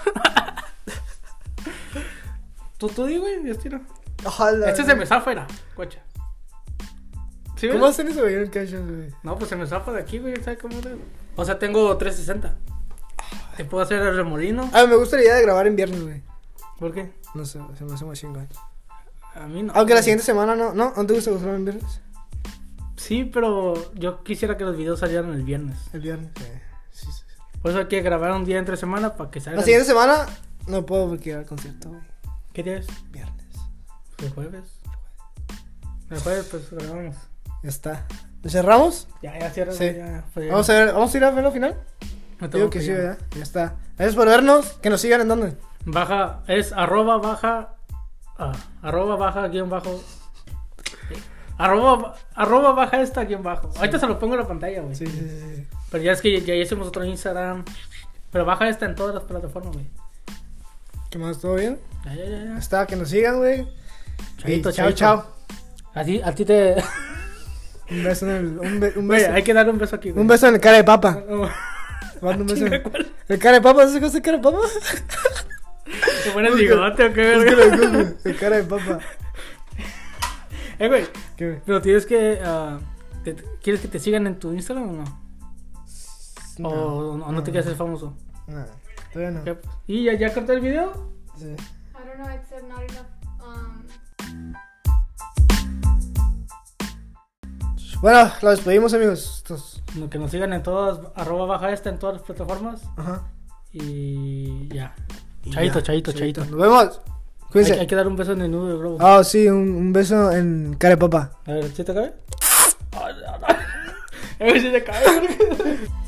[SPEAKER 2] Tú, tú di, güey, Dios tira.
[SPEAKER 1] Ojalá.
[SPEAKER 2] Este se me zafa, era, guacha. ¿Sí,
[SPEAKER 1] ¿Cómo
[SPEAKER 2] ves?
[SPEAKER 1] hacen eso, güey? En cachos, güey.
[SPEAKER 2] No, pues se me zafa de aquí, güey. ¿Sabes cómo? de- O sea, tengo trescientos sesenta. Te puedo hacer el remolino.
[SPEAKER 1] Ah, me gusta la idea de grabar en viernes, güey.
[SPEAKER 2] ¿Por qué?
[SPEAKER 1] No sé, se me hace más chingón.
[SPEAKER 2] A mí no.
[SPEAKER 1] Aunque la
[SPEAKER 2] güey.
[SPEAKER 1] siguiente semana no, ¿no? ¿No te gusta grabar en viernes?
[SPEAKER 2] Sí, pero yo quisiera que los videos salieran el viernes.
[SPEAKER 1] El viernes. Sí, sí, sí.
[SPEAKER 2] Por eso hay que grabar un día entre semana para que salga.
[SPEAKER 1] La siguiente semana no puedo porque ir al concierto, güey.
[SPEAKER 2] ¿Qué día es?
[SPEAKER 1] Viernes.
[SPEAKER 2] El jueves. El jueves, pues grabamos.
[SPEAKER 1] Ya está. ¿Lo cerramos?
[SPEAKER 2] Ya, ya cierra.
[SPEAKER 1] Sí.
[SPEAKER 2] Ya, pues, ya.
[SPEAKER 1] Vamos a ver, vamos a ir a verlo al final.
[SPEAKER 2] Me
[SPEAKER 1] Digo
[SPEAKER 2] tengo
[SPEAKER 1] que
[SPEAKER 2] que
[SPEAKER 1] sí,
[SPEAKER 2] ir.
[SPEAKER 1] ¿verdad? Ya está. Gracias por vernos. Que nos sigan en dónde.
[SPEAKER 2] Baja, es arroba baja. Ah, arroba baja guión bajo. Arroba, arroba baja esta guión bajo. Ahorita se lo pongo en la pantalla, güey.
[SPEAKER 1] Sí, sí, sí, sí.
[SPEAKER 2] Pero ya es que ya, ya hicimos otro Instagram. Pero baja esta en todas las plataformas, güey.
[SPEAKER 1] ¿Qué más? ¿Todo bien?
[SPEAKER 2] Ya, ya, ya.
[SPEAKER 1] Ya
[SPEAKER 2] ya.
[SPEAKER 1] está, que nos sigan, güey.
[SPEAKER 2] Chaito,
[SPEAKER 1] Y chao,
[SPEAKER 2] chaito.
[SPEAKER 1] chao.
[SPEAKER 2] A ti, a ti te.
[SPEAKER 1] Un beso en el. Un, be- un
[SPEAKER 2] Güey,
[SPEAKER 1] beso.
[SPEAKER 2] hay que darle un beso aquí, güey.
[SPEAKER 1] Un beso en el cara de papa.
[SPEAKER 2] No,
[SPEAKER 1] Manda un beso.
[SPEAKER 2] chinga,
[SPEAKER 1] en-
[SPEAKER 2] ¿cuál?
[SPEAKER 1] ¿El cara de papa? ¿Sabes qué es el cara de papa?
[SPEAKER 2] ¿Te pones bigote o qué,
[SPEAKER 1] Búscalo
[SPEAKER 2] verga?
[SPEAKER 1] en Google. El cara de papa.
[SPEAKER 2] Eh, güey.
[SPEAKER 1] ¿Qué, güey?
[SPEAKER 2] Pero tienes que. ah, te- ¿Quieres que te sigan en tu Instagram o no?
[SPEAKER 1] No,
[SPEAKER 2] o, o no te quieres ser famoso.
[SPEAKER 1] no, todavía no.
[SPEAKER 2] ¿Qué? ¿Y ya, ya corté el video?
[SPEAKER 1] Sí.
[SPEAKER 3] I don't know, it's uh, not enough. Um,
[SPEAKER 1] Bueno, lo despedimos, amigos. Estos-
[SPEAKER 2] No, que nos sigan en todas. Arroba baja esta en todas las plataformas.
[SPEAKER 1] Ajá.
[SPEAKER 2] Y ya.
[SPEAKER 1] Y
[SPEAKER 2] Chaito,
[SPEAKER 1] ya,
[SPEAKER 2] chaito, chaito.
[SPEAKER 1] Nos vemos.
[SPEAKER 2] Hay,
[SPEAKER 1] Cuídense.
[SPEAKER 2] hay que dar un beso en el nudo de globo.
[SPEAKER 1] Ah, sí, un, un beso en cara de papa.
[SPEAKER 2] A ver, ¿sí te cabe? Ay, no, no. A ver si te cabe.